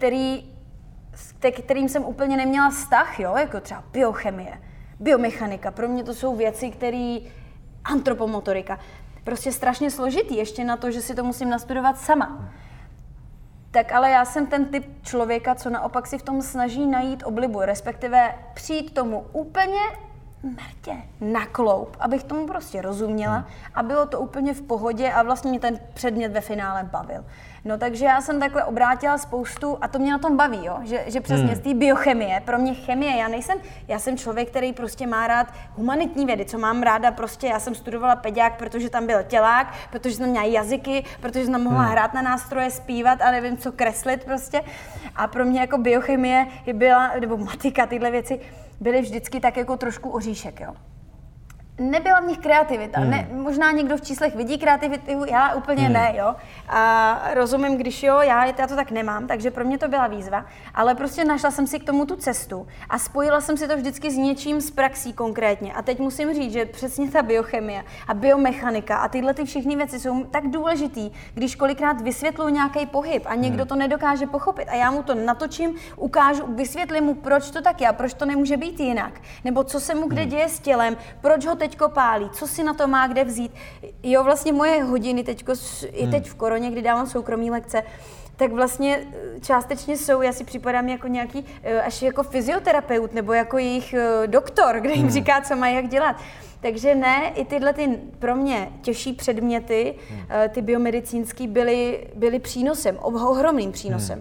kterým jsem úplně neměla vztah, jo, jako třeba biochemie, biomechanika, pro mě to jsou věci, které antropomotorika. Prostě strašně složitý, ještě na to, že si to musím nastudovat sama. Tak ale já jsem ten typ člověka, co naopak si v tom snaží najít oblibu, respektive přijít tomu úplně mrtě na kloup, abych tomu prostě rozuměla a bylo to úplně v pohodě a vlastně mě ten předmět ve finále bavil. No takže já jsem takhle obrátila spoustu a to mě na tom baví, jo? Že přesně z té biochemie, pro mě chemie, já jsem člověk, který prostě má rád humanitní vědy, co mám ráda prostě, já jsem studovala peďák, protože tam byl tělák, protože jsem měla jazyky, protože jsem mohla hrát na nástroje, zpívat a nevím co kreslit prostě a pro mě jako biochemie byla, nebo matika, tyhle věci byly vždycky tak jako trošku oříšek, jo. Nebyla v nich kreativita. Ne, možná někdo v číslech vidí kreativitu, já úplně ne, jo. A rozumím, když jo, já to tak nemám, takže pro mě to byla výzva. Ale prostě našla jsem si k tomu tu cestu a spojila jsem si to vždycky s něčím z praxí konkrétně. A teď musím říct, že přesně ta biochemie a biomechanika a tyhle ty všechny věci jsou tak důležitý, když kolikrát vysvětluji nějaký pohyb a někdo to nedokáže pochopit a já mu to natočím, ukážu, vysvětlím mu, proč to tak je a proč to nemůže být jinak. Nebo co se mu kde děje s tělem, proč ho teďko pálí, co si na to má kde vzít. Jo, vlastně moje hodiny teďko, i teď v koroně, kdy dávám soukromý lekce, tak vlastně částečně jsou, já si připadám jako nějaký, až jako fyzioterapeut nebo jako jejich doktor, kde jim říká, co mají jak dělat. Takže ne, i tyhle ty pro mě těžší předměty, ty biomedicínský, byly přínosem, ohromným přínosem.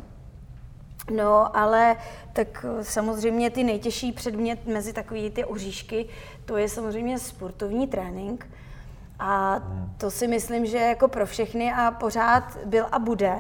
No, ale tak samozřejmě ty nejtěžší předmět mezi takový ty oříšky, to je samozřejmě sportovní trénink. A to si myslím, že jako pro všechny a pořád byl a bude.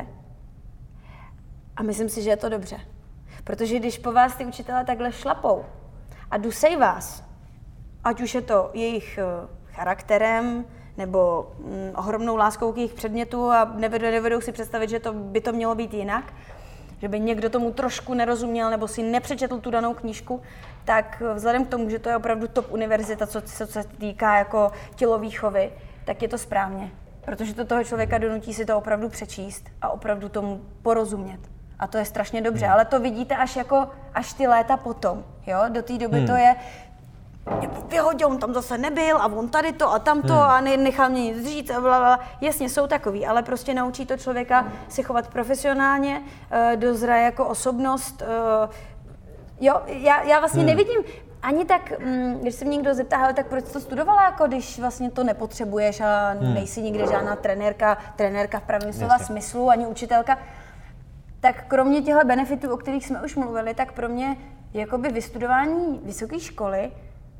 A myslím si, že je to dobře. Protože když po vás ty učitelé takhle šlapou a dusej vás, ať už je to jejich charakterem, nebo ohromnou láskou k jejich předmětu a nevedou si představit, že by to mělo být jinak, že by někdo tomu trošku nerozuměl nebo si nepřečetl tu danou knížku, tak vzhledem k tomu, že to je opravdu top univerzita, co se týká jako tělovýchovy, tak je to správně. Protože to toho člověka donutí si to opravdu přečíst a opravdu tomu porozumět. A to je strašně dobře, ale to vidíte až ty léta potom, jo? Do té doby to je, vyhodil, on tam zase nebyl a on tady to a tamto a nechal mě nic říct a blablabla. Jasně, jsou takový, ale prostě naučí to člověka si chovat profesionálně, dozraje jako osobnost. Jo, já vlastně nevidím ani tak, když se mě někdo zeptá, ale tak proč to studovala, jako když vlastně to nepotřebuješ a nejsi nikde žádná trenérka v pravém slova smyslu, ani učitelka. Tak kromě těchto benefitů, o kterých jsme už mluvili, tak pro mě jakoby vystudování vysoké školy,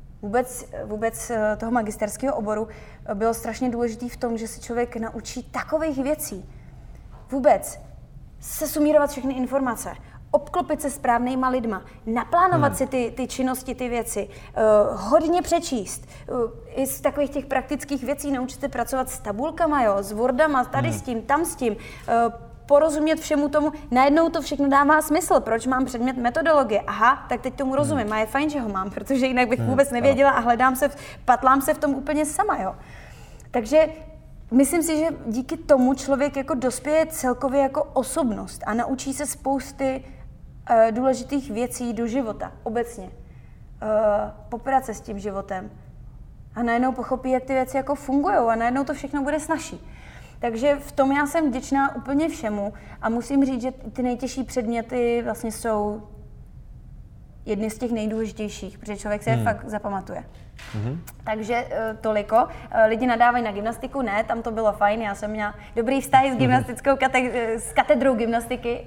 vůbec toho magisterského oboru, bylo strašně důležitý v tom, že se člověk naučí takových věcí. Vůbec sesumírovat všechny informace, obklopit se správnýma lidma, naplánovat si ty činnosti, ty věci, hodně přečíst. I z takových těch praktických věcí naučit se pracovat s tabulkama, jo, s Wordama, tady s tím, tam s tím, porozumět všemu tomu, najednou to všechno dává smysl. Proč mám předmět metodologie? Aha, tak teď tomu rozumím a je fajn, že ho mám, protože jinak bych vůbec nevěděla a patlám se v tom úplně sama, jo. Takže myslím si, že díky tomu člověk jako dospěje celkově jako osobnost a naučí se spousty důležitých věcí do života, obecně. Poprat se s tím životem. A najednou pochopí, jak ty věci jako fungujou a najednou to všechno bude snazší. Takže v tom já jsem vděčná úplně všemu a musím říct, že ty nejtěžší předměty vlastně jsou jedny z těch nejdůležitějích, protože člověk se je fakt zapamatuje. Takže toliko. Lidi nadávají na gymnastiku, ne, tam to bylo fajn, já jsem měla dobrý vztah s gymnastickou s katedrou gymnastiky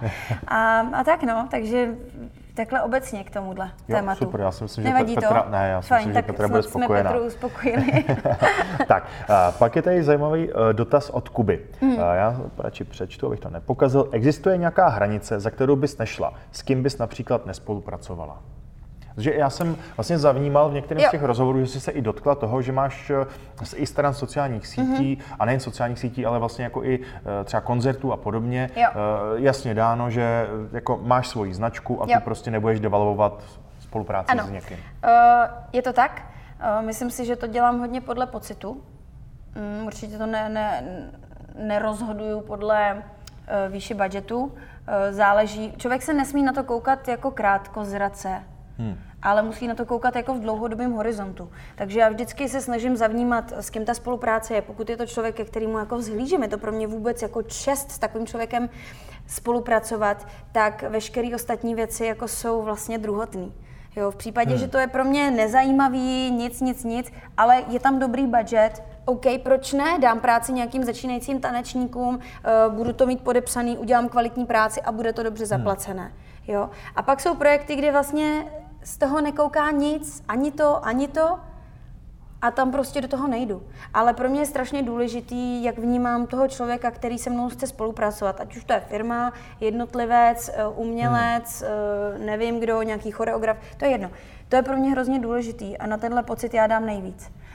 a tak no, takže takhle obecně k tomuhle tématu. Super, já si myslím, nevadí že Petra bude spokojená. Petru uspokojili. Tak, pak je tady zajímavý dotaz od Kuby. Já radši přečtu, abych to nepokazil. Existuje nějaká hranice, za kterou bys nešla? S kým bys například nespolupracovala? Protože já jsem vlastně zavnímal v některých z těch rozhovorů, že jsi se i dotkla toho, že máš i stran sociálních sítí, a nejen sociálních sítí, ale vlastně jako i třeba koncertů a podobně, jasně dáno, že jako máš svoji značku a ty prostě nebudeš devalvovat spolupráci s někým. Je to tak. Myslím si, že to dělám hodně podle pocitu. Určitě to nerozhoduju podle výši budgetu. Záleží. Člověk se nesmí na to koukat jako krátkozrace. Ale musí na to koukat jako v dlouhodobém horizontu. Takže já vždycky se snažím zavnímat, s kým ta spolupráce je. Pokud je to člověk, ke kterému jako vzhlížím, je to pro mě vůbec jako čest s takovým člověkem spolupracovat, tak veškeré ostatní věci jako jsou vlastně druhotný. Jo, v případě, že to je pro mě nezajímavý, nic, ale je tam dobrý budget, OK, proč ne? Dám práci nějakým začínajícím tanečníkům, budu to mít podepsaný, udělám kvalitní práci a bude to dobře zaplacené. Jo? A pak jsou projekty, kde vlastně z toho nekouká nic, ani to a tam prostě do toho nejdu. Ale pro mě je strašně důležitý, jak vnímám toho člověka, který se mnou chce spolupracovat. Ať už to je firma, jednotlivec, umělec, nevím kdo, nějaký choreograf, to je jedno. To je pro mě hrozně důležitý a na tenhle pocit já dám nejvíc.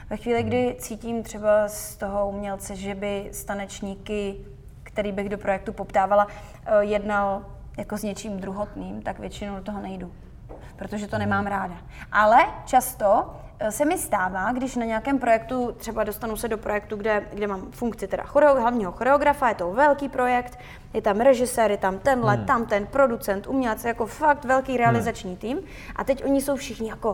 Ve chvíli, kdy cítím třeba z toho umělce, že by s tanečníky, který bych do projektu poptávala, jednal jako s něčím druhotným, tak většinou do toho nejdu, protože to nemám ráda. Ale často se mi stává, když na nějakém projektu, třeba dostanu se do projektu, kde mám funkci teda hlavního choreografa, je to velký projekt, je tam režisér, je tam tenhle, tam ten producent, umělec, jako fakt velký realizační tým a teď oni jsou všichni jako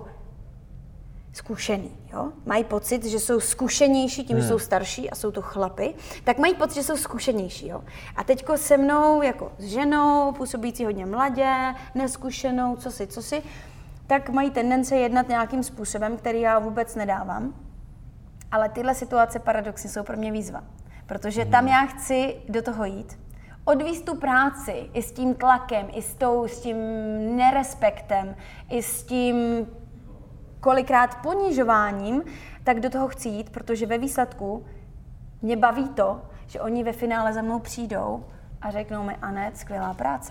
zkušený, jo? Mají pocit, že jsou zkušenější tím, že jsou starší a jsou to chlapy, tak mají pocit, že jsou zkušenější, jo? A teďko se mnou, jako s ženou, působící hodně mladě, neskušenou, cosi, tak mají tendence jednat nějakým způsobem, který já vůbec nedávám. Ale tyhle situace paradoxně jsou pro mě výzva, protože tam já chci do toho jít, odvízt tu práci i s tím tlakem, i s tím nerespektem, i s tím kolikrát ponižováním, tak do toho chci jít, protože ve výsledku mě baví to, že oni ve finále za mnou přijdou a řeknou mi, Anet, skvělá práce.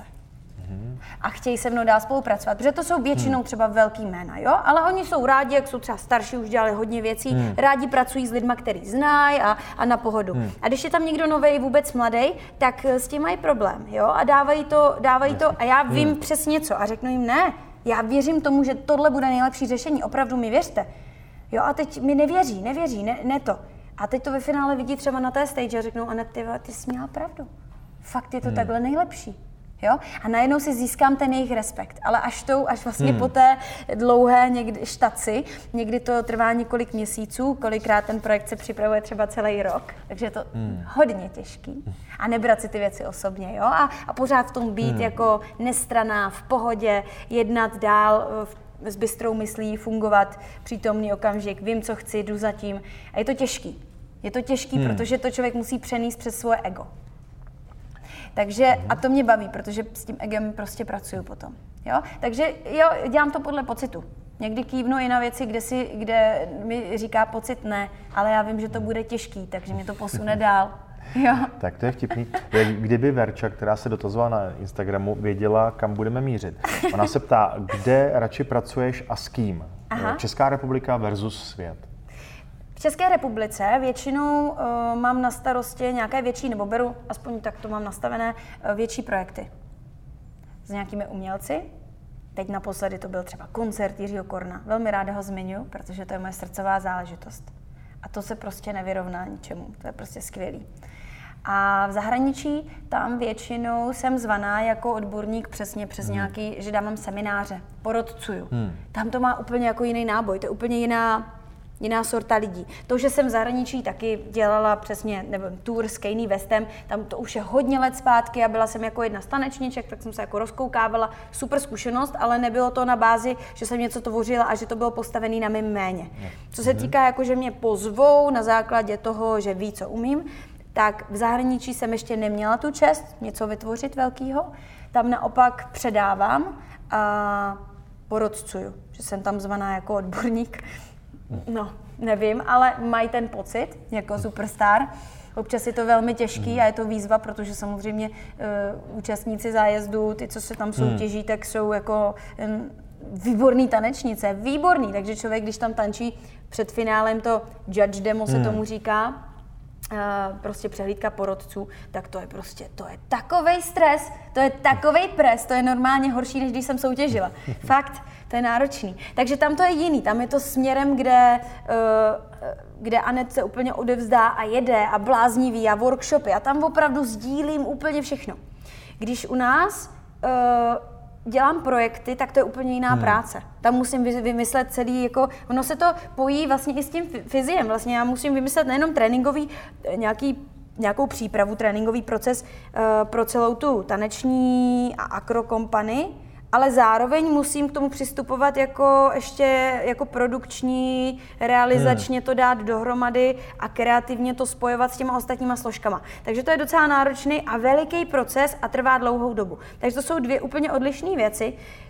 A chtějí se mnou dál spolupracovat, protože to jsou většinou třeba velký jména, jo? Ale oni jsou rádi, jak jsou třeba starší, už dělali hodně věcí, rádi pracují s lidma, který znají a na pohodu. A když je tam někdo novej, vůbec mladý, tak s tím mají problém, jo? A dávají to a já vím přesně co a řeknu jim ne, já věřím tomu, že tohle bude nejlepší řešení, opravdu mi věřte. Jo, a teď mi nevěří, ne to. A teď to ve finále vidí třeba na té stage a řeknou, Anet, ty jsi měla pravdu. Fakt je to takhle nejlepší. Jo? A najednou si získám ten jejich respekt, ale až vlastně po té dlouhé štaci, někdy to trvá několik měsíců, kolikrát ten projekt se připravuje třeba celý rok, takže je to hodně těžký. A nebrat si ty věci osobně, jo? A pořád v tom být jako nestranná, v pohodě, jednat dál, s bystrou myslí, fungovat, přítomný okamžik, vím, co chci, jdu za tím. A je to těžký. Je to těžký, protože to člověk musí přenést přes svoje ego. Takže, a to mě baví, protože s tím egem prostě pracuju potom. Jo? Takže jo, dělám to podle pocitu. Někdy kývnu i na věci, kde mi říká pocit ne, ale já vím, že to bude těžký, takže mě to posune dál. Jo. Tak to je vtipný. Kdyby Verča, která se dotazovala na Instagramu, věděla, kam budeme mířit. Ona se ptá, kde radši pracuješ a s kým? Aha. Česká republika versus svět. V České republice většinou mám na starosti nějaké větší, nebo beru, aspoň tak to mám nastavené, větší projekty s nějakými umělci. Teď naposledy to byl třeba koncert Jiřího Korna. Velmi ráda ho zmiňuji, protože to je moje srdcová záležitost. A to se prostě nevyrovná ničemu. To je prostě skvělý. A v zahraničí tam většinou jsem zvaná jako odborník přesně přes nějaký, že dávám semináře, porodcuju. Tam to má úplně jako jiný náboj, to je úplně jiná sorta lidí. To, že jsem v zahraničí taky dělala přesně, nebo tour s Kanye Westem, tam to už je hodně let zpátky a byla jsem jako jedna z tanečniček, tak jsem se jako rozkoukávala, super zkušenost, ale nebylo to na bázi, že jsem něco tvořila a že to bylo postavené na mém jméně. Co se týká, jako že mě pozvou na základě toho, že ví, co umím, tak v zahraničí jsem ještě neměla tu čest něco vytvořit velkýho, tam naopak předávám a porodcuju, že jsem tam zvaná jako odborník. No, nevím, ale mají ten pocit jako superstar. Občas je to velmi těžký a je to výzva, protože samozřejmě účastníci zájezdu, ty, co se tam soutěží, tak jsou jako výborný tanečnice, výborný. Takže člověk, když tam tančí před finálem, to judge demo se tomu říká, prostě přehlídka porodců, tak to je prostě, to je takovej stres, to je takovej pres, to je normálně horší, než když jsem soutěžila. Fakt, to je náročný. Takže tam to je jiný, tam je to směrem, kde Anet se úplně odevzdá a jede a bláznivý a workshopy a tam opravdu sdílím úplně všechno. Když u nás dělám projekty, tak to je úplně jiná práce. Tam musím vymyslet celý, jako, ono se to pojí vlastně i s tím fyziem. Vlastně já musím vymyslet nejenom tréninkový, nějakou přípravu, tréninkový proces pro celou tu taneční a akrokompany, ale zároveň musím k tomu přistupovat jako ještě jako produkční, realizačně to dát dohromady a kreativně to spojovat s těma ostatníma složkama. Takže to je docela náročný a veliký proces a trvá dlouhou dobu. Takže to jsou dvě úplně odlišné věci,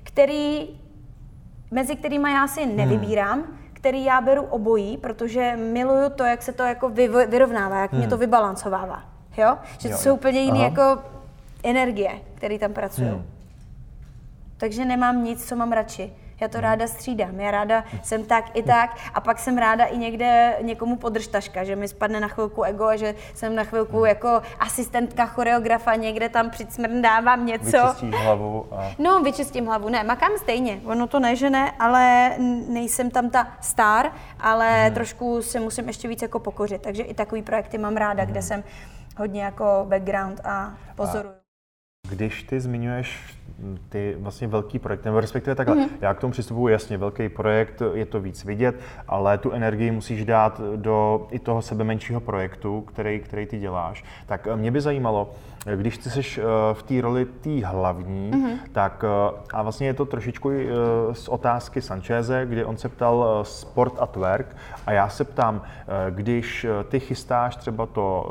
mezi kterými já si nevybírám, který já beru obojí, protože miluju to, jak se to jako vyrovnává, jak mě to vybalancovává. Jo? Že to jsou úplně jiné jako energie, které tam pracují. Takže nemám nic, co mám radši. Já to ráda střídám, já ráda jsem tak i tak a pak jsem ráda i někde někomu podržtaška, že mi spadne na chvilku ego a že jsem na chvilku jako asistentka choreografa, někde tam přicmrdávám něco. Vyčistíš hlavu a... No, vyčistím hlavu, ne, makám stejně, ono to ne, že ne, ale nejsem tam ta star, ale trošku se musím ještě víc jako pokořit, takže i takový projekty mám ráda, kde jsem hodně jako background a pozoruju. Když ty zmiňuješ ty vlastně velký projekt, nebo respektive takhle, já k tomu přistupuji jasně, velký projekt, je to víc vidět, ale tu energii musíš dát do i toho sebe menšího projektu, který ty děláš. Tak mě by zajímalo, když ty jsi v té roli té hlavní, tak a vlastně je to trošičku z otázky Sancheze, kdy on se ptal sport at work a já se ptám, když ty chystáš třeba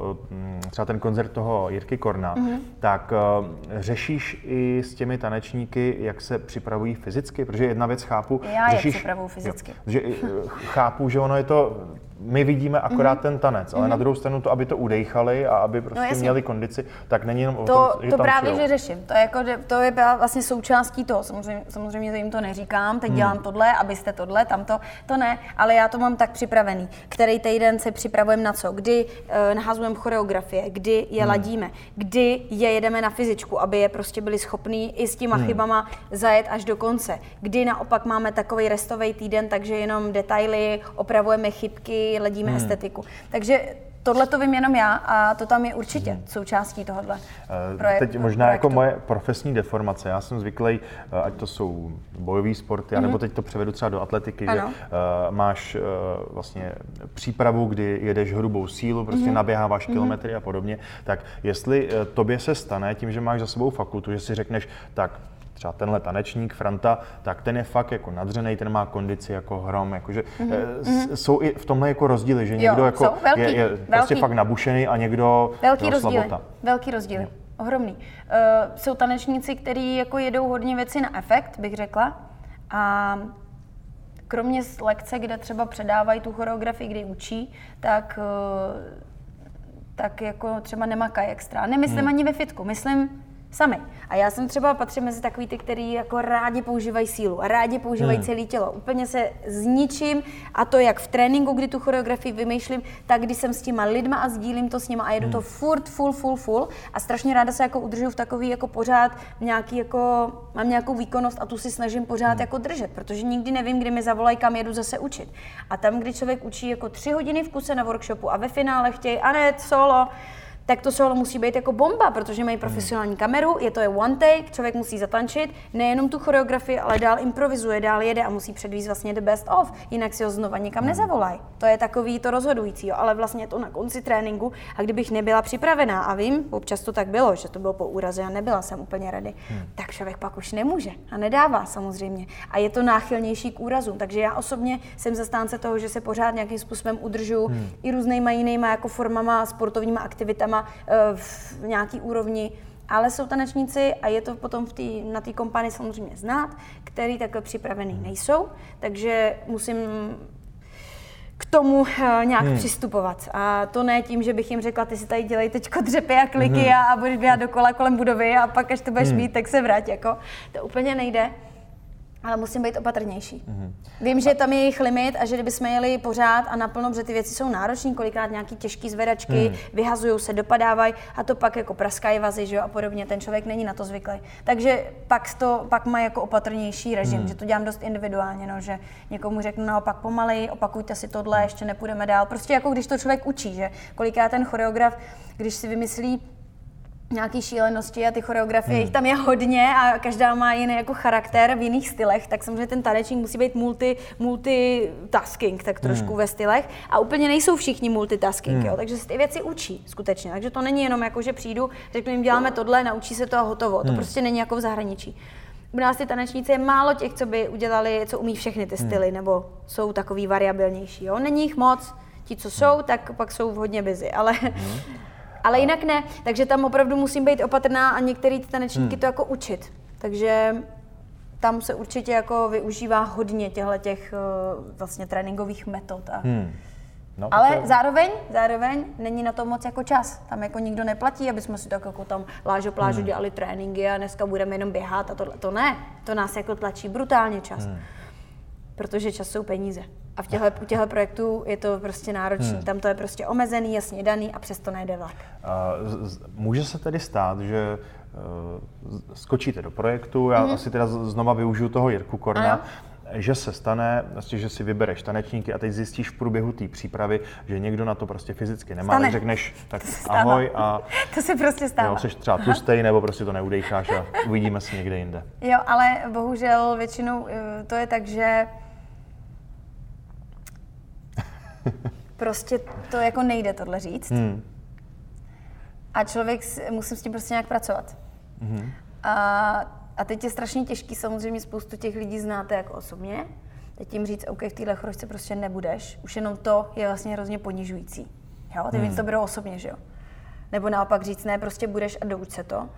ten koncert toho Jirky Korna, tak řešíš i s těmi tanečníky, jak se připravují fyzicky? Protože jedna věc chápu... Já je připravuju fyzicky. Že chápu, že ono je to... My vidíme akorát ten tanec, ale na druhou stranu to, aby to udejchali a aby prostě měli kondici, tak není jenom o tom, že to tam právě, přijou. že řeším. To je vlastně součástí toho. Samozřejmě to jim to neříkám, teď dělám tohle, abyste tohle, tamto, to ne, ale já to mám tak připravený. Který týden se připravujeme na co? Kdy nahazujeme choreografie, kdy je ladíme, kdy je jedeme na fyzičku, aby je prostě byli schopní i s těma chybama zajet až do konce. Kdy naopak máme takový restový týden, takže jenom detaily, opravujeme chybky, ladíme estetiku. Takže tohle to vím jenom já a to tam je určitě součástí tohohle projektu. Teď možná jako moje profesní deformace. Já jsem zvyklý, ať to jsou bojový sporty, anebo teď to převedu třeba do atletiky, že máš vlastně přípravu, kdy jedeš hrubou sílu, prostě naběháváš kilometry a podobně. Tak jestli tobě se stane tím, že máš za sebou fakultu, že si řekneš, tak třeba tenhle tanečník Franta, tak ten je fakt jako nadřenej, ten má kondici jako hrom, jakože jsou i v tomhle jako rozdíly, že někdo jako je prostě fakt nabušený a někdo slabota. Velký rozdíly, ohromný. Jsou tanečníci, kteří jako jedou hodně věci na efekt, bych řekla, a kromě lekce, kde třeba předávají tu choreografii, kdy učí, tak jako třeba nemakají extra. Nemyslím ani ve fitku, myslím sami. A já jsem třeba patřím mezi takový ty, kteří jako rádi používají sílu a rádi používají celé tělo. Úplně se zničím a to jak v tréninku, kdy tu choreografii vymýšlím, tak když jsem s těma lidma a sdílím to s nima a jedu to furt full a strašně ráda se jako udržuju v takový jako pořád mám nějakou výkonnost a tu si snažím pořád jako držet, protože nikdy nevím, kdy mi zavolají, kam jedu zase učit. A tam, kdy člověk učí jako 3 hodiny v kuse na workshopu a ve finále chtějí Anet, solo, tak to solo musí být jako bomba, protože mají profesionální kameru, je one take, člověk musí zatančit, nejenom tu choreografii, ale dál improvizuje, dál jede a musí předvízt vlastně the best of, jinak si ho znova nikam nezavolají. To je takový to rozhodující, jo, ale vlastně to na konci tréninku a kdybych nebyla připravená a vím, občas to tak bylo, že to bylo po úraze a nebyla jsem úplně ready, tak člověk pak už nemůže a nedává samozřejmě a je to náchylnější k úrazům, takže já osobně jsem zastánce toho, že se pořád nějakým způsobem udržu i různýma jinýma jako formama, sportovníma aktivitama v nějaký úrovni, ale jsou tanečníci a je to potom na té kompanii samozřejmě znát, který takhle připravený nejsou, takže musím k tomu nějak přistupovat. A to ne tím, že bych jim řekla, ty si tady dělej teďko dřepy a kliky a budeš běhat dokola kolem budovy a pak až to budeš mít, tak se vrať. Jako. To úplně nejde. Ale musím být opatrnější. Vím, že tam je jejich limit a že kdybychom jeli pořád a naplno, protože ty věci jsou náročné, kolikrát nějaký těžký zvedačky, vyhazují se, dopadávají a to pak jako praskají vazy, že jo, a podobně. Ten člověk není na to zvyklý. Takže pak má jako opatrnější režim, že to dělám dost individuálně, no, že někomu řeknu naopak pomalej, opakujte si tohle, ještě nepůjdeme dál. Prostě jako když to člověk učí, že kolikrát ten choreograf, když si vymyslí nějaký šílenosti a ty choreografie, jich tam je hodně a každá má jiný jako charakter v jiných stylech, tak samozřejmě ten tanečník musí být multitasking, tak trošku ve stylech a úplně nejsou všichni multitasking, jo, takže se ty věci učí skutečně, takže to není jenom jako, že přijdu, řeknu jim děláme tohle, naučí se to a hotovo, to prostě není jako v zahraničí. U nás ty tanečníci je málo těch, co by udělali, co umí všechny ty styly, nebo jsou takový variabilnější, jo, není jich moc, ti, co jsou, tak pak jsou hodně busy, ale jinak ne, takže tam opravdu musím být opatrná a některé ty tanečníky to jako učit. Takže tam se určitě jako využívá hodně těch vlastně tréninkových metod. No, ale zároveň není na to moc jako čas. Tam jako nikdo neplatí, aby jsme si tak jako tam plážu dělali tréninky a dneska budeme jenom běhat a tohle. To ne, to nás jako tlačí brutálně čas. Protože čas jsou peníze. A u těchto projektů je to prostě náročné. Tam to je prostě omezený, jasně daný a přesto nejde vlak. Může se tedy stát, že skočíte do projektu, já asi teda znova využiju toho Jirku Korna, že se stane, vlastně, že si vybereš tanečníky a teď zjistíš v průběhu té přípravy, že někdo na to prostě fyzicky nemá, tak řekneš tak ahoj a to se prostě stává. Jo, jsi třeba tlustej nebo prostě to neudejcháš a uvidíme se někde jinde. Jo, ale bohužel většinou to je tak, že prostě to jako nejde tohle říct. A člověk musí s tím prostě nějak pracovat. A teď je strašně těžký, samozřejmě spoustu těch lidí znáte jako osobně. Teď jim říct, OK, v téhle chorošce prostě nebudeš. Už jenom to je vlastně hrozně ponižující. Jo? Ty víc to berou osobně, že jo? Nebo naopak říct, ne, prostě budeš a douč se to.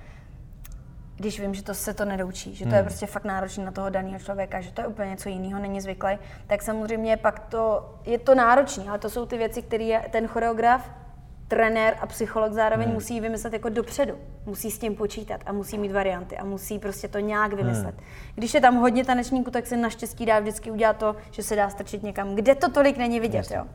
Když vím, že to se to nedoučí, že to je prostě fakt náročné na toho daného člověka, že to je úplně něco jiného, není zvyklý, tak samozřejmě pak je to náročné, ale to jsou ty věci, které ten choreograf, trenér a psycholog zároveň musí vymyslet jako dopředu. Musí s tím počítat a musí mít varianty a musí prostě to nějak vymyslet. Když je tam hodně tanečníků, tak se naštěstí dá vždycky udělat to, že se dá strčit někam, kde to tolik není vidět. Jo?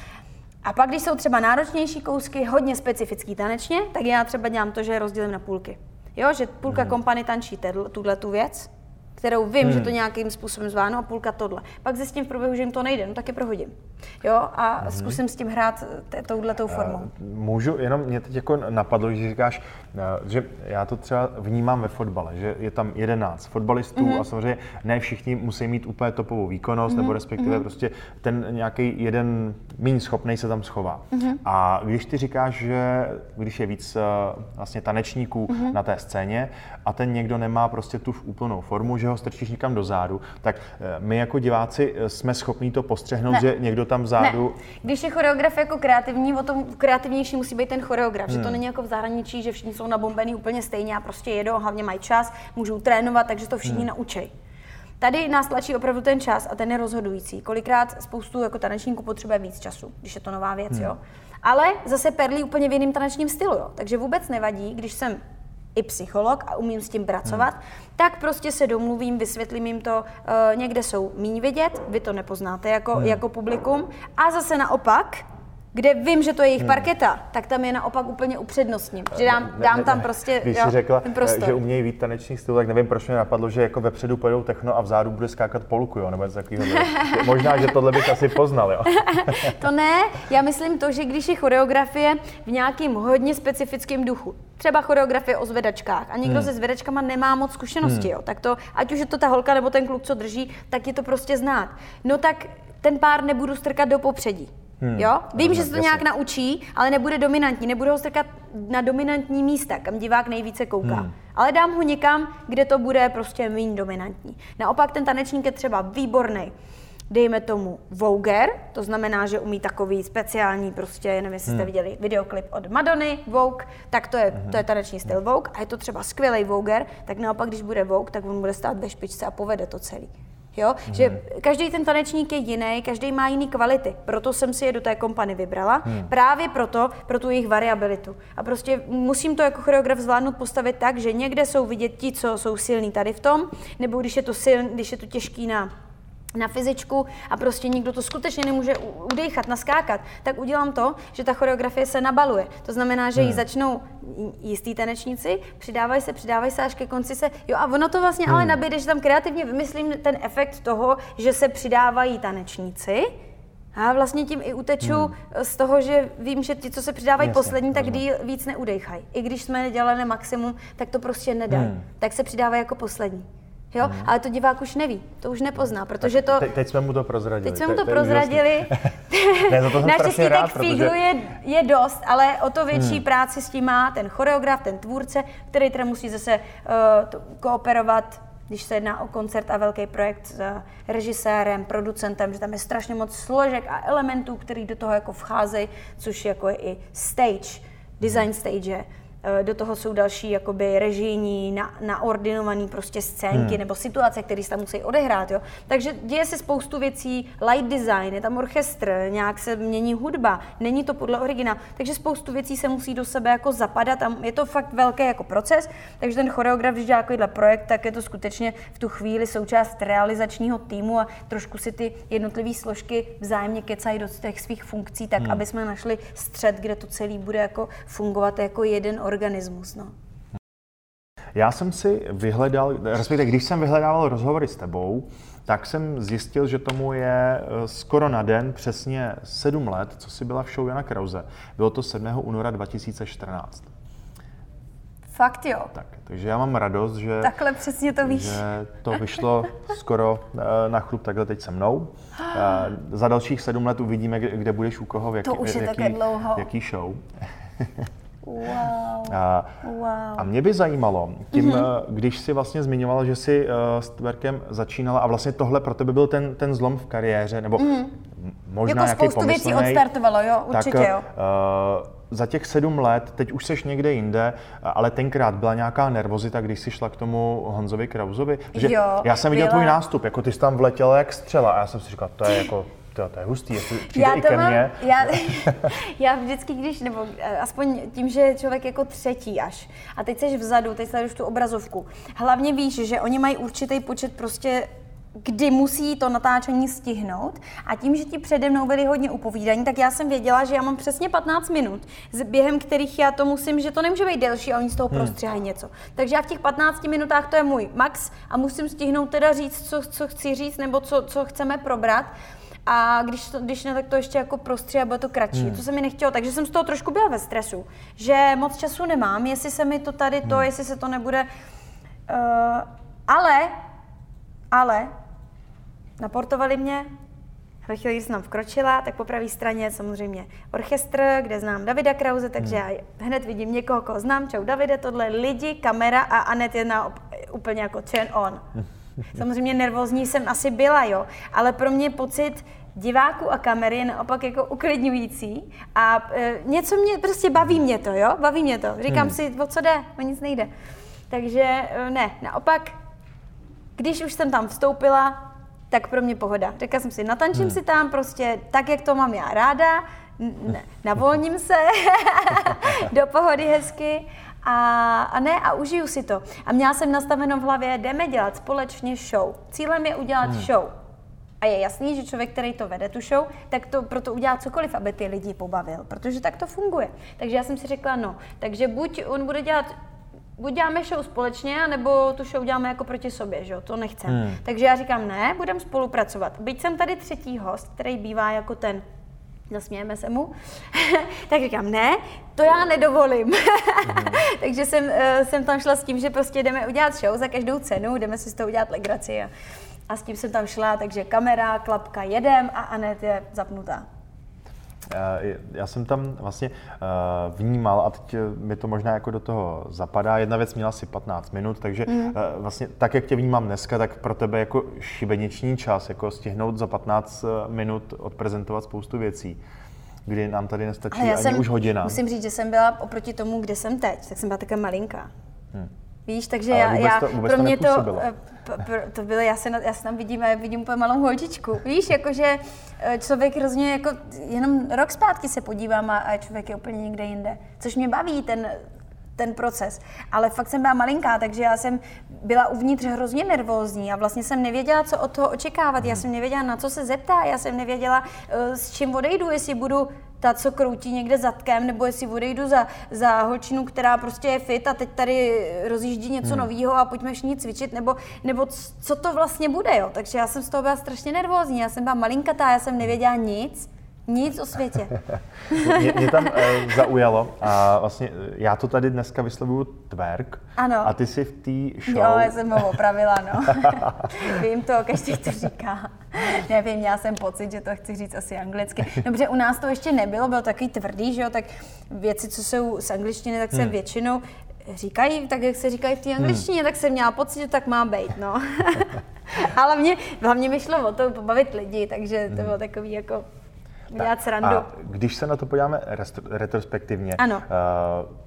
A pak, když jsou třeba náročnější kousky, hodně specifický tanečně, tak já třeba dělám to, že je rozdělím na půlky. Jo, že půlka kompany tančí tu věc, kterou vím, že to nějakým způsobem zvládnu, a půlka tohle. Pak zjistím v průběhu, že jim to nejde, no tak je prohodím. Jo, a zkusím s tím hrát touhletou formou. Můžu, jenom mě teď jako napadlo, že říkáš, že já to třeba vnímám ve fotbale, že je tam 11 fotbalistů a samozřejmě ne všichni musí mít úplně topovou výkonnost, nebo respektive prostě ten nějaký jeden méně schopnej se tam schová. A když ty říkáš, že když je víc vlastně tanečníků na té scéně a ten někdo nemá prostě tu úplnou formu, že ho strčíš někam do zádu, tak my jako diváci jsme schopní to postřehnout, že někdo tam vzadu. Ne. Když je choreograf jako kreativní, o tom kreativnější musí být ten choreograf, že to není jako v zahraničí, že všichni jsou nabombený úplně stejně a prostě jedou, hlavně mají čas, můžou trénovat, takže to všichni naučí. Tady nás tlačí opravdu ten čas a ten je rozhodující. Kolikrát spoustu jako tanečníků potřebuje víc času, když je to nová věc, jo. Ale zase perlí úplně v jiném tanečním stylu, jo. Takže vůbec nevadí, když jsem i psycholog a umím s tím pracovat, tak prostě se domluvím, vysvětlím jim to, někde jsou míň vidět, vy to nepoznáte jako publikum, a zase naopak, kde vím, že to je jejich parketa, tak tam je naopak úplně upřednostním, že dám tam prostě když jsi řekla, že umějí víc tanečních stylů, tak nevím, proč mě napadlo, že jako vepředu pojedou techno a vzadu bude skákat polku, jo, nebo něco takového. Možná, že tohle bych asi poznal, jo. To ne, já myslím to, že když je choreografie v nějakým hodně specifickém duchu, třeba choreografie o zvedačkách a někdo se zvedačkama nemá moc zkušenosti, jo, tak to, ať už je to ta holka nebo ten kluk, co drží, tak je to prostě znát. No tak ten pár nebudu strkat do popředí. Jo? Vím, že se to nějak naučí, ale nebude dominantní, nebudu ho strkat na dominantní místa, kam divák nejvíce kouká. Ale dám ho někam, kde to bude prostě méně dominantní. Naopak ten tanečník je třeba výborný, dejme tomu voguer, to znamená, že umí takový speciální, prostě, nevím, jestli jste viděli videoklip od Madony, Vogue, tak to je taneční styl Vogue a je to třeba skvělý voguer, tak naopak, když bude Vogue, tak on bude stát ve špičce a povede to celý. Jo? Že každý ten tanečník je jiný, každý má jiný kvality, proto jsem si je do té kompany vybrala, právě pro tu jejich variabilitu. A prostě musím to jako choreograf zvládnout postavit tak, že někde jsou vidět ti, co jsou silní tady v tom, nebo když je to těžký na fyzičku a prostě nikdo to skutečně nemůže udejchat, naskákat, tak udělám to, že ta choreografie se nabaluje. To znamená, že ji začnou jistý tanečníci, přidávají se až ke konci se, jo, a ono to vlastně ale nabíde, že tam kreativně vymyslím ten efekt toho, že se přidávají tanečníci, a vlastně tím i uteču z toho, že vím, že ti, co se přidávají poslední, tak víc neudejchají. I když jsme nedělali maximum, tak to prostě nedají. Tak se přidávají jako poslední. Jo? Ale to divák už neví, to už nepozná, protože to... Teď jsme mu to prozradili. Ne, naštěstí těch fíglů je dost, ale o to větší práci s tím má ten choreograf, ten tvůrce, který teda musí zase kooperovat, když se jedná o koncert a velký projekt s režisérem, producentem, že tam je strašně moc složek a elementů, který do toho jako vcházejí, což jako je i stage, design stage, do toho jsou další jakoby režijní, naordinovaný prostě scénky nebo situace, které se tam musí odehrát, jo. Takže děje se spoustu věcí, light design, je tam orchestr, nějak se mění hudba, není to podle originálu, takže spoustu věcí se musí do sebe jako zapadat a je to fakt velký jako proces, takže ten choreograf, když dělá takovýhle projekt, tak je to skutečně v tu chvíli součást realizačního týmu a trošku si ty jednotlivé složky vzájemně kecají do těch svých funkcí, tak aby jsme našli střed, kde to celé bude jako fungovat jako jeden organismus. No. Já jsem si vyhledal, respektive když jsem vyhledával rozhovory s tebou, tak jsem zjistil, že tomu je skoro na den přesně 7 let, co jsi byla v show Jana Krause. Bylo to 7. února 2014. Fakt jo. Tak, takže já mám radost, že, takhle přesně to víš. Že to vyšlo skoro na chlup takhle teď se mnou. Za dalších 7 let uvidíme, kde budeš u koho, v jaký show. Wow. A mě by zajímalo, tím, když jsi vlastně zmiňovala, že jsi s twerkem začínala a vlastně tohle pro tebe byl ten zlom v kariéře, nebo možná jako nějaký spoustu věcí odstartovalo, jo, určitě tak, jo. Za těch 7 let, teď už seš někde jinde, ale tenkrát byla nějaká nervozita, když jsi šla k tomu Honzovi Krausovi? Že jo, já jsem viděl tvůj nástup, jako ty jsi tam vletěla jak střela a já jsem si říkal, to je jako... To je hustý, jestli přijde i ke mně. Já vždycky, nebo aspoň tím, že je člověk jako třetí až a teď seš vzadu, teď sleduješ tu obrazovku. Hlavně víš, že oni mají určitý počet prostě, kdy musí to natáčení stihnout a tím, že ti přede mnou byli hodně upovídaní, tak já jsem věděla, že já mám přesně 15 minut, během kterých já to musím, že to nemůže být delší a oni z toho prostřihají něco. Takže já v těch 15 minutách to je můj max a musím stihnout teda říct, co chci říct nebo co chceme probrat. A když ne, tak to ještě jako prostří a bylo to kratší. To se mi nechtělo, takže jsem z toho trošku byla ve stresu, že moc času nemám, jestli se mi to tady jestli se to nebude... Ale naportovali mě, ve chvíli, když jsem tam vkročila, tak po pravé straně samozřejmě orchestr, kde znám Davida Krause, takže já hned vidím někoho, koho znám, čau Davide, tohle lidi, kamera a Anet je úplně jako turn on. Samozřejmě nervózní jsem asi byla, jo, ale pro mě pocit diváků a kamery je naopak jako uklidňující a něco mě, prostě baví mě to, jo, baví mě to. Říkám si, o co jde, o nic nejde. Takže ne, naopak, když už jsem tam vstoupila, tak pro mě pohoda. Řekla jsem si, natančím si tam prostě tak, jak to mám já ráda, navolním se do pohody hezky a užiju si to. A měla jsem nastaveno v hlavě, jdeme dělat společně show. Cílem je udělat show. A je jasný, že člověk, který to vede, tu show, tak to proto udělá cokoliv, aby ty lidi pobavil, protože tak to funguje. Takže já jsem si řekla, takže buď on bude dělat, buď děláme show společně, nebo tu show děláme jako proti sobě, že jo, to nechcem. Takže já říkám, ne, budeme spolupracovat. Byť jsem tady třetí host, který bývá jako ten, zasmějeme se mu, tak říkám, ne, to já nedovolím. Takže jsem tam šla s tím, že prostě jdeme udělat show za každou cenu, jdeme si z toho udělat legraci a s tím jsem tam šla, takže kamera, klapka, jedem a Anet je zapnutá. Já jsem tam vlastně vnímal, a teď mi to možná jako do toho zapadá, jedna věc měla asi 15 minut, takže vlastně tak, jak tě vnímám dneska, tak pro tebe jako šibeniční čas, jako stihnout za 15 minut odprezentovat spoustu věcí, kdy nám tady nestačí ani už hodina. Musím říct, že jsem byla oproti tomu, kde jsem teď, tak jsem byla taková malinká. Víš, takže vůbec pro mě to bylo, já se tam vidím úplně malou holčičku. Víš, jakože člověk hrozně, jako jenom rok zpátky se podívám a člověk je úplně někde jinde. Což mě baví, ten proces. Ale fakt jsem byla malinká, takže já jsem byla uvnitř hrozně nervózní a vlastně jsem nevěděla, co od toho očekávat. Já jsem nevěděla, na co se zeptá, já jsem nevěděla, s čím odejdu, jestli budu ta, co kroutí někde zadkem, nebo jestli odejdu za holčinu, která prostě je fit a teď tady rozjíždí něco novýho a pojďme všichni cvičit, nebo co to vlastně bude, jo. Takže já jsem z toho byla strašně nervózní, já jsem byla malinkatá, já jsem nevěděla nic o světě. Mě tam zaujalo a vlastně já to tady dneska vyslovuju twerk. Ano. A ty jsi v té show. Jo, já jsem ho opravila, no. Vím to, každý to říká. Nevím, měla jsem pocit, že to chci říct asi anglicky. Dobře, u nás to ještě nebylo, bylo takový tvrdý, že jo, tak věci, co jsou z angličtiny, tak se většinou říkají, tak jak se říkají v té angličtině, tak jsem měla pocit, že tak má být, no. Ale hlavně mi šlo o to pobavit lidi, takže to bylo takový jako dělat srandu. A když se na to podíváme retrospektivně, ano.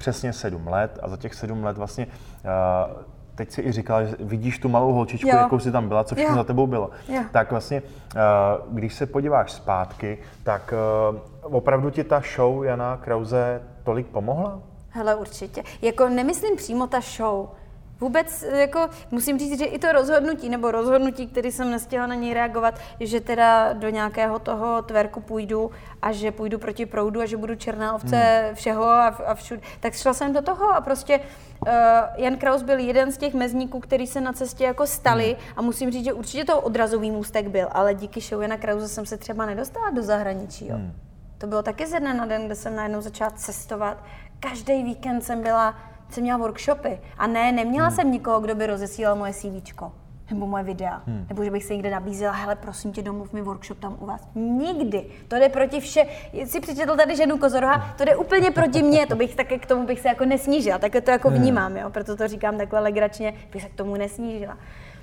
přesně 7 let a za těch 7 let vlastně teď si i říkala, že vidíš tu malou holčičku, jakou jsi tam byla, co všechno za tebou bylo. Tak vlastně, když se podíváš zpátky, tak opravdu ti ta show Jana Krause tolik pomohla? Hele, určitě. Jako nemyslím přímo ta show. Vůbec, jako musím říct, že i to rozhodnutí, který jsem nestihla na něj reagovat, že teda do nějakého toho tverku půjdu a že půjdu proti proudu a že budu černá ovce všeho a všude. Tak šla jsem do toho a prostě Jan Kraus byl jeden z těch mezníků, který se na cestě jako stali a musím říct, že určitě to odrazový můstek byl, ale díky show Jana Krause jsem se třeba nedostala do zahraničí. Jo. To bylo taky ze dne na den, kde jsem najednou začala cestovat. Každý víkend jsem měla workshopy a neměla jsem nikoho, kdo by rozesílal moje CVčko nebo moje videa, nebo že bych se někde nabízela, hele, prosím tě, domluv mi workshop tam u vás. Nikdy. To jde proti si přečetl tady Ženu Kozoroha, to jde úplně proti mně, k tomu bych se jako nesnížila, tak to jako vnímám, jo, proto to říkám takhle legračně, bych se k tomu nesnížila.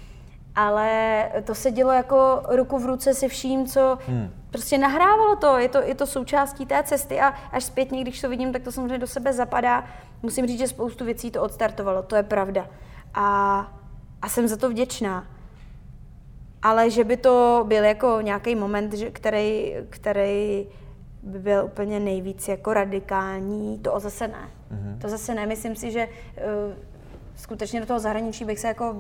Ale to se dělo jako ruku v ruce se vším, co prostě nahrávalo to, je to součástí té cesty a až zpětně, když to vidím, tak to samozřejmě do sebe zapadá. Musím říct, že spoustu věcí to odstartovalo, to je pravda. A jsem za to vděčná. Ale že by to byl jako nějaký moment, který by byl úplně nejvíc jako radikální, to zase ne. To zase ne. Myslím si, že skutečně do toho zahraničí bych se jako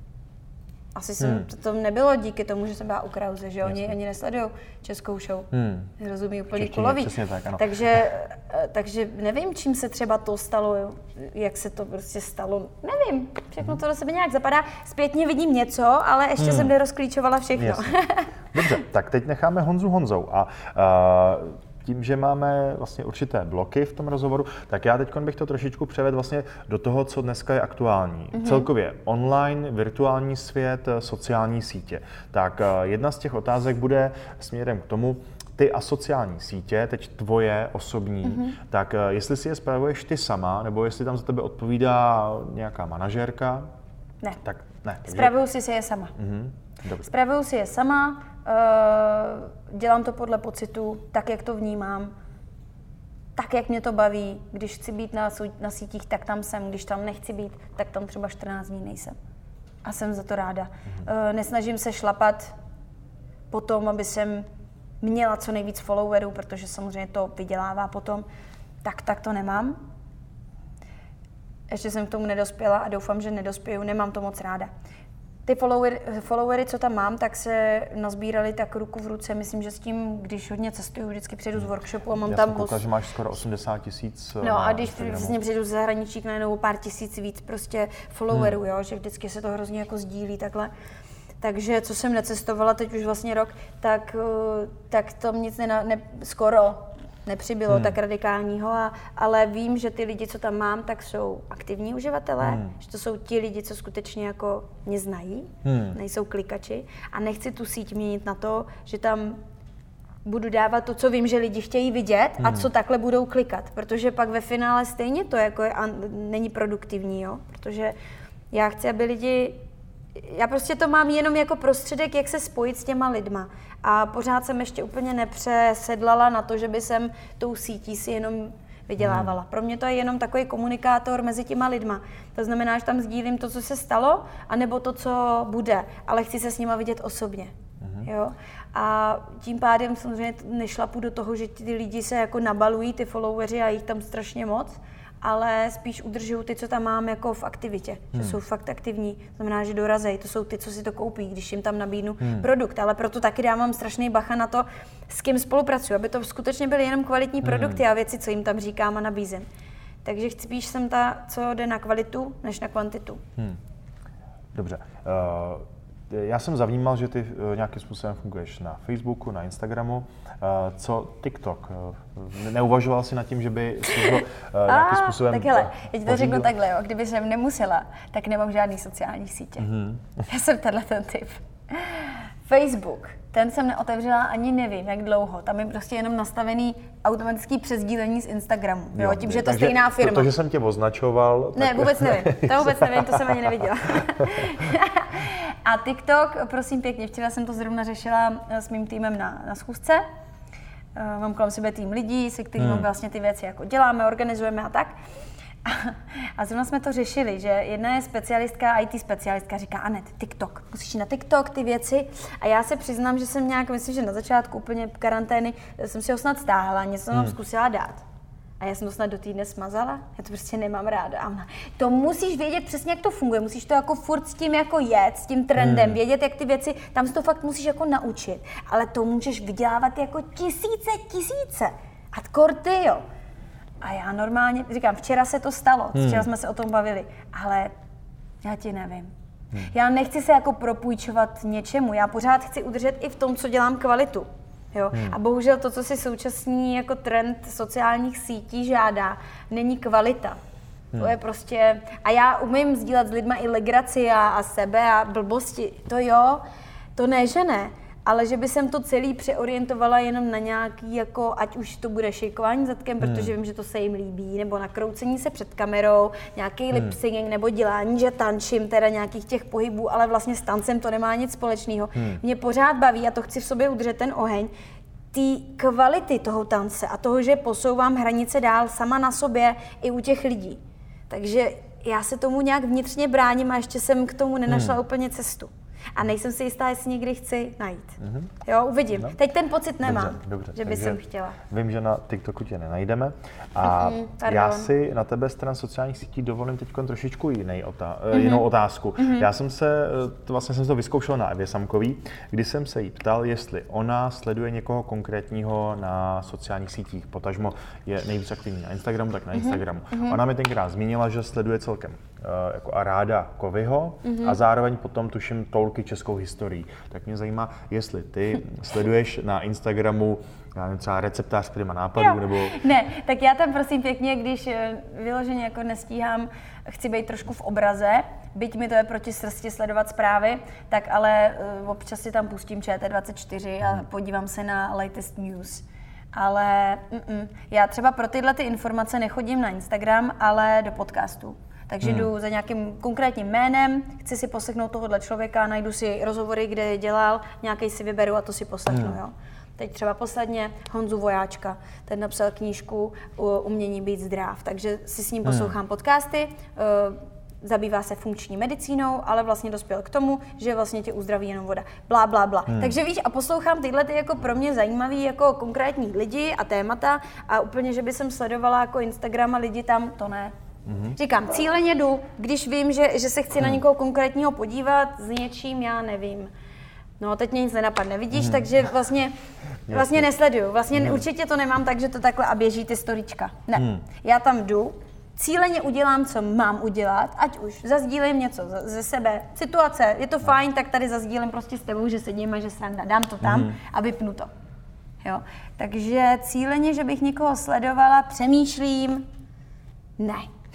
asi to nebylo díky tomu, že jsem byla u Krause, že oni ani nesledují českou show. Rozumí úplně kulový. Tak, ano. Takže nevím, čím se třeba to stalo, jak se to prostě stalo. Nevím, všechno to do sebe nějak zapadá. Zpětně vidím něco, ale ještě jsem nerozklíčovala všechno. Dobře, tak teď necháme Honzu Honzou a tím, že máme vlastně určité bloky v tom rozhovoru, tak já teď bych to trošičku převedl vlastně do toho, co dneska je aktuální. Celkově online, virtuální svět, sociální sítě. Tak jedna z těch otázek bude směrem k tomu, ty a sociální sítě, teď tvoje osobní, tak jestli si je spravuješ ty sama, nebo jestli tam za tebe odpovídá nějaká manažérka? Ne. Tak ne. Spravuju si je sama. Spravuju si je sama, dělám to podle pocitu, tak, jak to vnímám, tak, jak mě to baví. Když chci být na sítích, tak tam jsem, když tam nechci být, tak tam třeba 14 dní nejsem. A jsem za to ráda. Nesnažím se šlapat po tom, aby jsem měla co nejvíc followerů, protože samozřejmě to vydělává potom. Tak to nemám. Ještě jsem k tomu nedospěla a doufám, že nedospěju, nemám to moc ráda. Ty followery, co tam mám, tak se nazbírali tak ruku v ruce. Myslím, že s tím, když hodně cestuju, vždycky přijedu z workshopu a mám tam... Já jsem koukala, že máš skoro 80 000 No a když vlastně přijedu z zahraničí, najednou pár tisíc víc prostě followerů, jo, že vždycky se to hrozně jako sdílí takhle. Takže co jsem necestovala teď už vlastně rok, tak to nic skoro nepřibylo tak radikálního, ale vím, že ty lidi, co tam mám, tak jsou aktivní uživatelé, že to jsou ti lidi, co skutečně jako mě znají, nejsou klikači a nechci tu síť měnit na to, že tam budu dávat to, co vím, že lidi chtějí vidět a co takhle budou klikat, protože pak ve finále stejně to jako není produktivní, jo? Protože já chci, aby lidi já prostě to mám jenom jako prostředek, jak se spojit s těma lidma. A pořád jsem ještě úplně nepřesedlala na to, že by jsem tou sítí si jenom vydělávala. Pro mě to je jenom takový komunikátor mezi těma lidma. To znamená, že tam sdílím to, co se stalo, anebo to, co bude, ale chci se s nima vidět osobně. Jo? A tím pádem samozřejmě nešlapu do toho, že ty lidi se jako nabalují, ty followeri a jich tam strašně moc, ale spíš udržuju ty, co tam mám jako v aktivitě, že jsou fakt aktivní, znamená, že dorazej, to jsou ty, co si to koupí, když jim tam nabídnu produkt, ale proto taky dávám strašný bacha na to, s kým spolupracuju, aby to skutečně byly jenom kvalitní produkty a věci, co jim tam říkám a nabízím. Takže spíš jsem ta, co jde na kvalitu, než na kvantitu. Dobře. Já jsem zavnímal, že ty nějakým způsobem funguješ na Facebooku, na Instagramu. Co TikTok? Neuvažoval jsi nad tím, že by si to nějakým způsobem tak hele, já ti to řeknu takhle, jo. Kdyby jsem nemusela, tak nemám žádný sociální sítě. Já jsem ten typ. Facebook, ten jsem neotevřela ani nevím, jak dlouho. Tam je prostě jenom nastavený automatický přesdílení z Instagramu. Jo, tím, že je to stejná firma. To, že jsem tě označoval... Ne, vůbec nevím. To vůbec nevím, to jsem ani neviděla. A TikTok, prosím pěkně, včera jsem to zrovna řešila s mým týmem na schůzce. Mám kolem sebe tým lidí, se kterými vlastně ty věci jako děláme, organizujeme a tak. A zrovna jsme to řešili, že jedna je specialistka, IT specialistka, říká Anet, TikTok, musíš na TikTok ty věci. A já se přiznám, že jsem nějak, myslím, že na začátku úplně karantény jsem si ho snad stáhla, něco jsem tam zkusila dát. A já jsem to snad do týdne smazala, já to prostě nemám ráda. A ona, to musíš vědět přesně, jak to funguje, musíš to jako furt s tím jako jet, s tím trendem, vědět, jak ty věci, tam se to fakt musíš jako naučit. Ale to můžeš vydělávat jako tisíce. A kor ty, jo. A já normálně, říkám, včera se to stalo, včera jsme se o tom bavili, ale já ti nevím. Já nechci se jako propůjčovat něčemu, já pořád chci udržet i v tom, co dělám, kvalitu. Jo? A bohužel to, co si současný jako trend sociálních sítí žádá, není kvalita. To je prostě, a já umím sdílet s lidma i legraci a sebe a blbosti, to jo, to ne, že ne. Ale že by jsem to celý přeorientovala jenom na nějaký, jako, ať už to bude šejkování zadkem, protože vím, že to se jim líbí, nebo na kroucení se před kamerou, nějaký lip syncing, nebo dělání, že tančím, teda nějakých těch pohybů, ale vlastně s tancem to nemá nic společného. Mě pořád baví, a to chci v sobě udržet ten oheň, té kvality toho tance a toho, že posouvám hranice dál sama na sobě i u těch lidí. Takže já se tomu nějak vnitřně bráním a ještě jsem k tomu nenašla úplně cestu. A nejsem si jistá, jestli někdy chci najít. Jo, uvidím. No. Teď ten pocit nemám, dobře, že by jsem chtěla. Vím, že na TikToku tě nenajdeme. A já si na tebe stran sociálních sítí dovolím teď trošičku jinou otázku. Já jsem jsem to vyzkoušel na Evě Samkový, kdy jsem se jí ptal, jestli ona sleduje někoho konkrétního na sociálních sítích. Potažmo je nejvíc aktivní na Instagramu, tak na Instagramu. Ona mi tenkrát zmínila, že sleduje celkem jako a ráda Kovyho a zároveň potom tuším Tolky českou historií. Tak mě zajímá, jestli ty sleduješ na Instagramu třeba receptář Prima nápadů, nebo... Ne, tak já tam prosím pěkně, když vyloženě jako nestíhám, chci být trošku v obraze, byť mi to je proti srsti sledovat zprávy, tak ale občas si tam pustím ČT24 a podívám se na latest news. Ale já třeba pro tyhle ty informace nechodím na Instagram, ale do podcastu. Takže jdu za nějakým konkrétním jménem, chci si poslechnout tohohle člověka, najdu si rozhovory, kde dělal, nějaký si vyberu a to si poslechnu, jo. Teď třeba posledně Honzu Vojáčka, ten napsal knížku Umění být zdrav, takže si s ním poslouchám podcasty, zabývá se funkční medicínou, ale vlastně dospěl k tomu, že vlastně tě uzdraví jenom voda. Blá, blá, blá. Takže víš, a poslouchám tyhle ty jako pro mě zajímavý jako konkrétní lidi a témata a úplně, že by jsem sledovala jako Instagram a lidi tam, to ne. Říkám, cíleně jdu, když vím, že se chci na někoho konkrétního podívat s něčím, já nevím. No, teď mě nic nenapadne, vidíš, takže vlastně nesleduju. Vlastně určitě to nemám tak, že to takhle a běží ty storíčka. Ne, já tam jdu, cíleně udělám, co mám udělat, ať už zazdílím něco ze sebe, situace, je to fajn, tak tady zazdílím prostě s tebou, že sedíme, že sranda, dám to tam a vypnu to. Jo, takže cíleně, že bych někoho sledovala, přemýšlím, ne.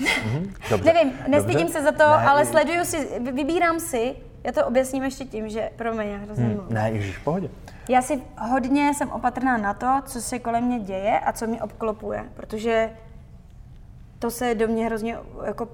Nevím, nestydím se za to, ale sleduju si, vybírám si, já to objasním ještě tím, že pro mě hrozně mluvím. Ne, ježiš, v pohodě. Já si hodně jsem opatrná na to, co se kolem mě děje a co mě obklopuje, protože to se do mě hrozně jako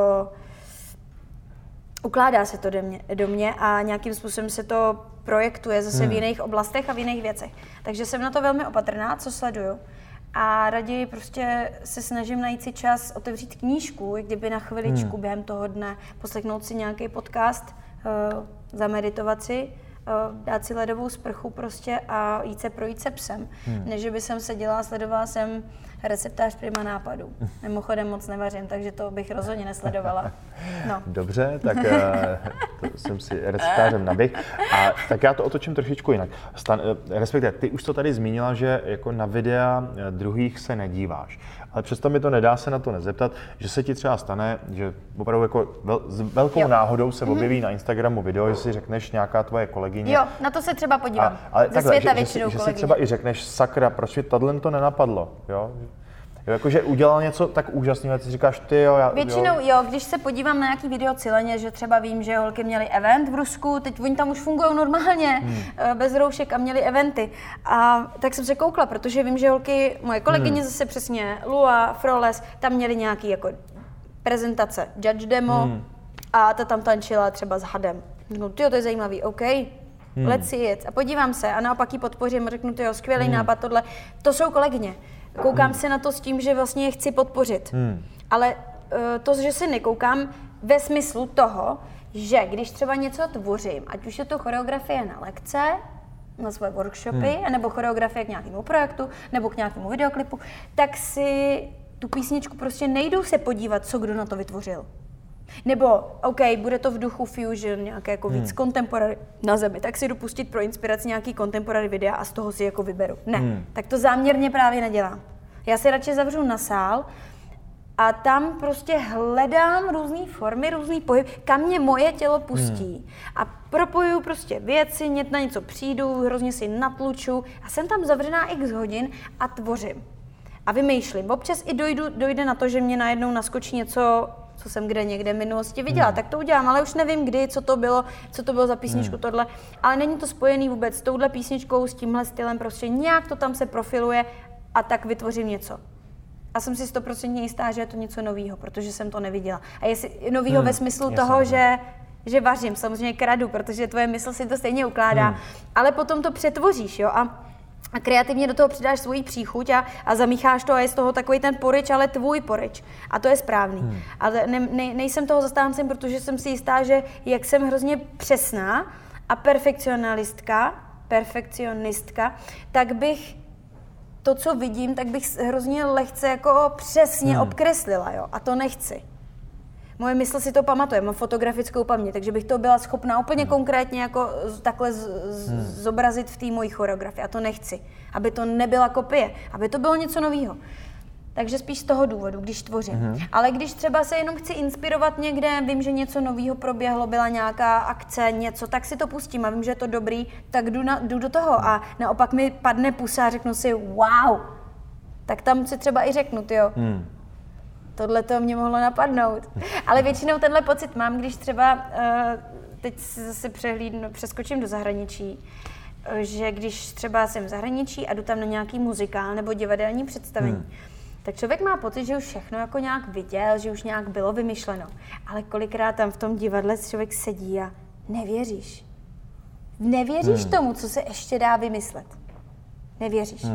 ukládá se to do mě a nějakým způsobem se to projektuje zase v jiných oblastech a v jiných věcech. Takže jsem na to velmi opatrná, co sleduju. A raději prostě se snažím najít si čas, otevřít knížku, kdyby na chviličku během toho dne, poslechnout si nějaký podcast, zameditovat si, dát si ledovou sprchu prostě a jít se projít se psem. Než by jsem seděla a sledovala jsem receptář Prima nápadů. Mimochodem moc nevařím, takže to bych rozhodně nesledovala. No. Dobře, tak to jsem si receptářem naběh. A tak já to otočím trošičku jinak. Respektive, ty už to tady zmínila, že jako na videa druhých se nedíváš. Ale přesto mi to nedá se na to nezeptat, že se ti třeba stane, že opravdu jako s velkou náhodou se objeví na Instagramu video, že si řekneš nějaká tvoje kolegyně. Jo, na to se třeba podívám. Ale takhle, že si třeba i řekneš, sakra, proč mi tohle to nenapadlo, jo? Jo, jakože udělal něco tak úžasného, ty si říkáš, ty jo, Většinou jo, když se podívám na nějaký video cíleně, že třeba vím, že holky měly event v Rusku, teď oni tam už fungují normálně, bez roušek a měli eventy. A tak jsem se koukla, protože vím, že holky, moje kolegyně zase přesně, Lua, Froles, tam měli nějaký jako prezentace, judge demo a ta tam tančila třeba s hadem. No tyjo, to je zajímavý, OK. Let's see it. A podívám se a naopak ji podpořím a řeknu, tyjo, skvělý nápad, tohle. To jsou kolegyně. Koukám se na to s tím, že vlastně je chci podpořit. Ale to, že se nekoukám ve smyslu toho, že když třeba něco tvořím, ať už je to choreografie na lekce, na svoje workshopy, nebo choreografie k nějakému projektu, nebo k nějakému videoklipu, tak si tu písničku prostě nejdu se podívat, co kdo na to vytvořil. Nebo, OK, bude to v duchu fusion, nějaké jako víc contemporary na zemi, tak si jdu pustit pro inspiraci nějaký contemporary videa a z toho si jako vyberu. Ne, tak to záměrně právě nedělám. Já si radši zavřu na sál a tam prostě hledám různé formy, různý pohyb, kam mě moje tělo pustí. A propojuju prostě věci, na něco přijdu, hrozně si natluču a jsem tam zavřená x hodin a tvořím. A vymýšlím. Občas i dojde na to, že mě najednou naskočí něco, co jsem někde v minulosti viděla, tak to udělám, ale už nevím kdy, co to bylo za písničku tohle. Ale není to spojený vůbec s touhle písničkou, s tímhle stylem, prostě nějak to tam se profiluje a tak vytvořím něco. A jsem si 100% jistá, že je to něco novýho, protože jsem to neviděla. A jestli novýho ve smyslu toho, že vařím, samozřejmě kradu, protože tvoje mysl si to stejně ukládá, ale potom to přetvoříš, jo, a kreativně do toho přidáš svoji příchuť a zamícháš to a je z toho takový ten porič, ale tvůj porič. A to je správný. Ale nejsem toho zastáncem, protože jsem si jistá, že jak jsem hrozně přesná a perfekcionistka, tak bych to, co vidím, tak bych hrozně lehce jako přesně obkreslila, jo. A to nechci. Moje mysl si to pamatuje, mám fotografickou paměť, takže bych to byla schopná úplně konkrétně jako takhle zobrazit v té mojí choreografii. A to nechci, aby to nebyla kopie, aby to bylo něco nového. Takže spíš z toho důvodu, když tvořím. Ale když třeba se jenom chci inspirovat někde, vím, že něco nového proběhlo, byla nějaká akce, něco, tak si to pustím a vím, že je to dobrý, tak jdu do toho a naopak mi padne pusa a řeknu si wow, tak tam si třeba i řeknu, tyjo. Tohle to mě mohlo napadnout. Ale většinou tenhle pocit mám, když třeba, teď si zase přeskočím do zahraničí, že když třeba jsem v zahraničí a jdu tam na nějaký muzikál nebo divadelní představení, tak člověk má pocit, že už všechno jako nějak viděl, že už nějak bylo vymyšleno. Ale kolikrát tam v tom divadle člověk sedí a nevěříš. Nevěříš tomu, co se ještě dá vymyslet. Nevěříš.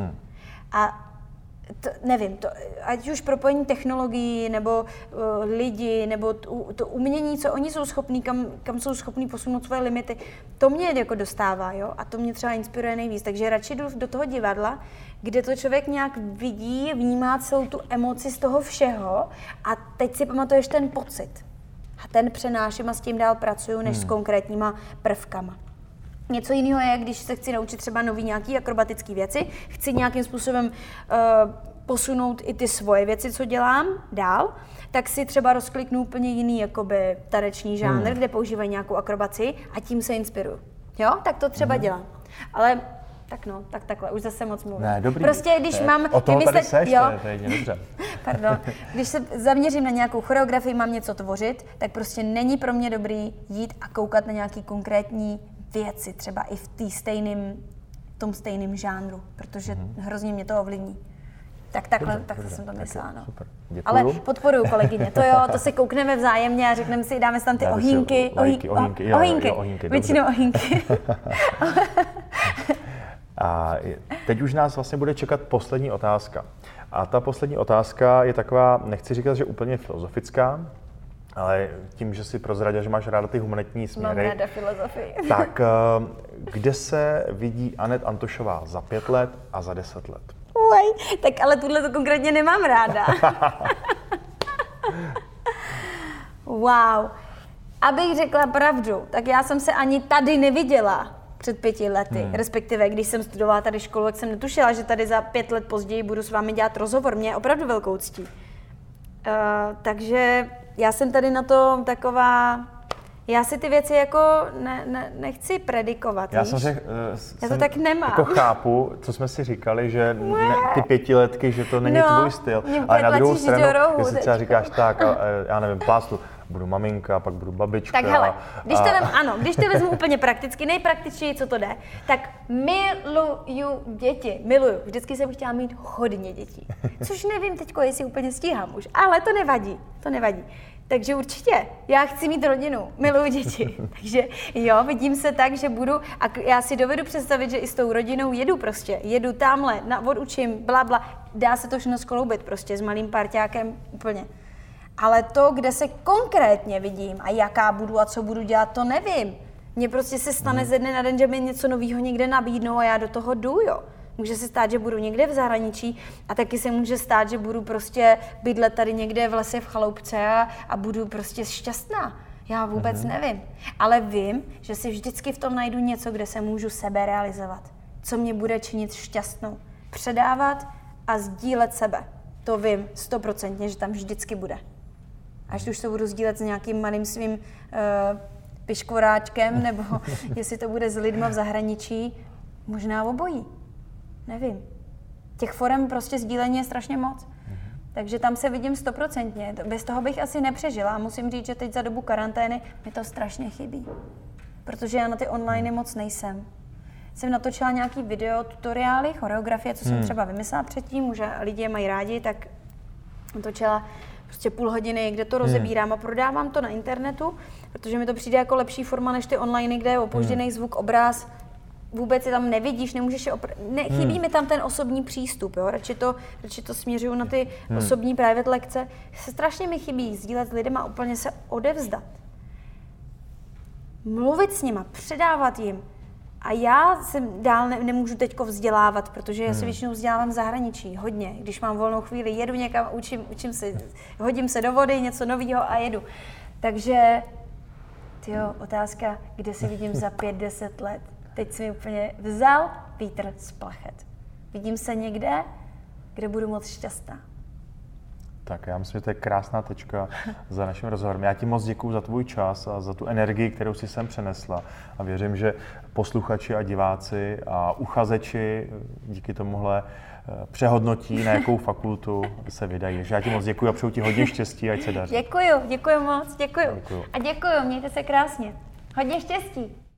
A to, nevím, ať už propojení technologií, nebo lidi, nebo to umění, co oni jsou schopní, kam jsou schopní posunout svoje limity, to mě jako dostává, jo? A to mě třeba inspiruje nejvíc. Takže radši jdu do toho divadla, kde to člověk nějak vidí, vnímá celou tu emoci z toho všeho a teď si pamatuješ ten pocit. A ten přenáším a s tím dál pracuju, než s konkrétníma prvkama. Něco jiného je, když se chci naučit třeba nový nějaký akrobatický věci, chci nějakým způsobem posunout i ty svoje věci, co dělám dál, tak si třeba rozkliknu úplně jiný jakoby taneční žánr, kde používají nějakou akrobaci a tím se inspiruju. Jo, tak to třeba dělám. Ale tak takhle, už zase moc mluvím. Ne, dobrý. Prostě když mám o toho tady seš, to je dobře. Pardon. Když se zaměřím na nějakou choreografii, mám něco tvořit, tak prostě není pro mě dobrý jít a koukat na nějaký konkrétní věci, třeba i v tom stejném žánru, protože hrozně mě to ovlivní. Tak takhle jsem to myslela, no. Super. Děkuju. Ale podporuju kolegyně, to si koukneme vzájemně a řekneme si, dáme si tam ty ohýnky. Ohýnky. Většinou ohýnky. A teď už nás vlastně bude čekat poslední otázka. A ta poslední otázka je taková, nechci říkat, že úplně filozofická, ale tím, že si prozradila, že máš ráda ty humanitní směry. Mám ráda filozofii. Tak kde se vidí Anet Antošová za 5 let a za 10 let? Tak ale tuhle to konkrétně nemám ráda. Wow. Abych řekla pravdu, tak já jsem se ani tady neviděla před 5 lety. Respektive, když jsem studovala tady školu, tak jsem netušila, že tady za 5 let později budu s vámi dělat rozhovor. Mě je opravdu velkou ctí. Takže já jsem tady na to taková... Já si ty věci jako nechci predikovat, Já to tak nemám. Jako chápu, co jsme si říkali, že ty 5letky, že to není tvůj styl. Ale na druhou stranu, jestli třeba říkáš tak, já nevím, plástu, budu maminka, pak budu babička. Tak hele, když to vezmu úplně prakticky, nejpraktičtěji, co to jde, tak miluju děti. Miluju. Vždycky jsem chtěla mít hodně dětí. Což nevím teďko, jestli úplně stíhám už, ale to nevadí. Takže určitě, já chci mít rodinu, miluju děti. Takže jo, vidím se tak, že budu, a já si dovedu představit, že i s tou rodinou jedu tamhle, odučím, blabla, dá se to všechno skloubit prostě s malým parťákem úplně. Ale to, kde se konkrétně vidím a jaká budu a co budu dělat, to nevím. Mně prostě se stane ze dne na den, že mi něco nového někde nabídnou a já do toho jdu, jo. Může se stát, že budu někde v zahraničí a taky se může stát, že budu prostě bydlet tady někde v lese v chaloupce a budu prostě šťastná. Já vůbec nevím. Ale vím, že si vždycky v tom najdu něco, kde se můžu sebe realizovat. Co mě bude činit šťastnou. Předávat a sdílet sebe. To vím 100%, že tam vždycky bude. Až už to budu sdílet s nějakým malým svým piškvoráčkem, nebo jestli to bude s lidma v zahraničí, možná obojí. Nevím. Těch forem prostě sdílení je strašně moc. Takže tam se vidím 100%. Bez toho bych asi nepřežila. A musím říct, že teď za dobu karantény mi to strašně chybí. Protože já na ty online moc nejsem. Jsem natočila nějaký video, tutoriály, choreografie, co jsem třeba vymyslela předtím, že lidi je mají rádi, tak natočila prostě půl hodiny, kde to rozebírám a prodávám to na internetu, protože mi to přijde jako lepší forma než ty online, kde je opožděný zvuk, obraz, vůbec je tam nevidíš, nemůžeš je chybí mi tam ten osobní přístup, jo? Radši to směřuju na ty osobní private lekce. Strašně mi chybí sdílet s lidem a úplně se odevzdat. Mluvit s nima, předávat jim. A já se dál nemůžu teďko vzdělávat, protože já se většinou vzdělávám v zahraničí, hodně. Když mám volnou chvíli, jedu někam, učím se, hodím se do vody, něco nového a jedu. Takže, otázka, kde se vidím za 5-10 let. Teď si mi úplně vzal vítr z plachet. Vidím se někde, kde budu moc šťastná. Tak já myslím, že to je krásná tečka za naším rozhovorem. Já ti moc děkuju za tvůj čas a za tu energii, kterou si sem přenesla. A věřím, že posluchači a diváci a uchazeči díky tomuhle přehodnotí, na jakou fakultu se vydají. Takže já ti moc děkuju a přeju ti hodně štěstí, ať se daří. Děkuju moc, děkuju. A děkuju, mějte se krásně. Hodně štěstí.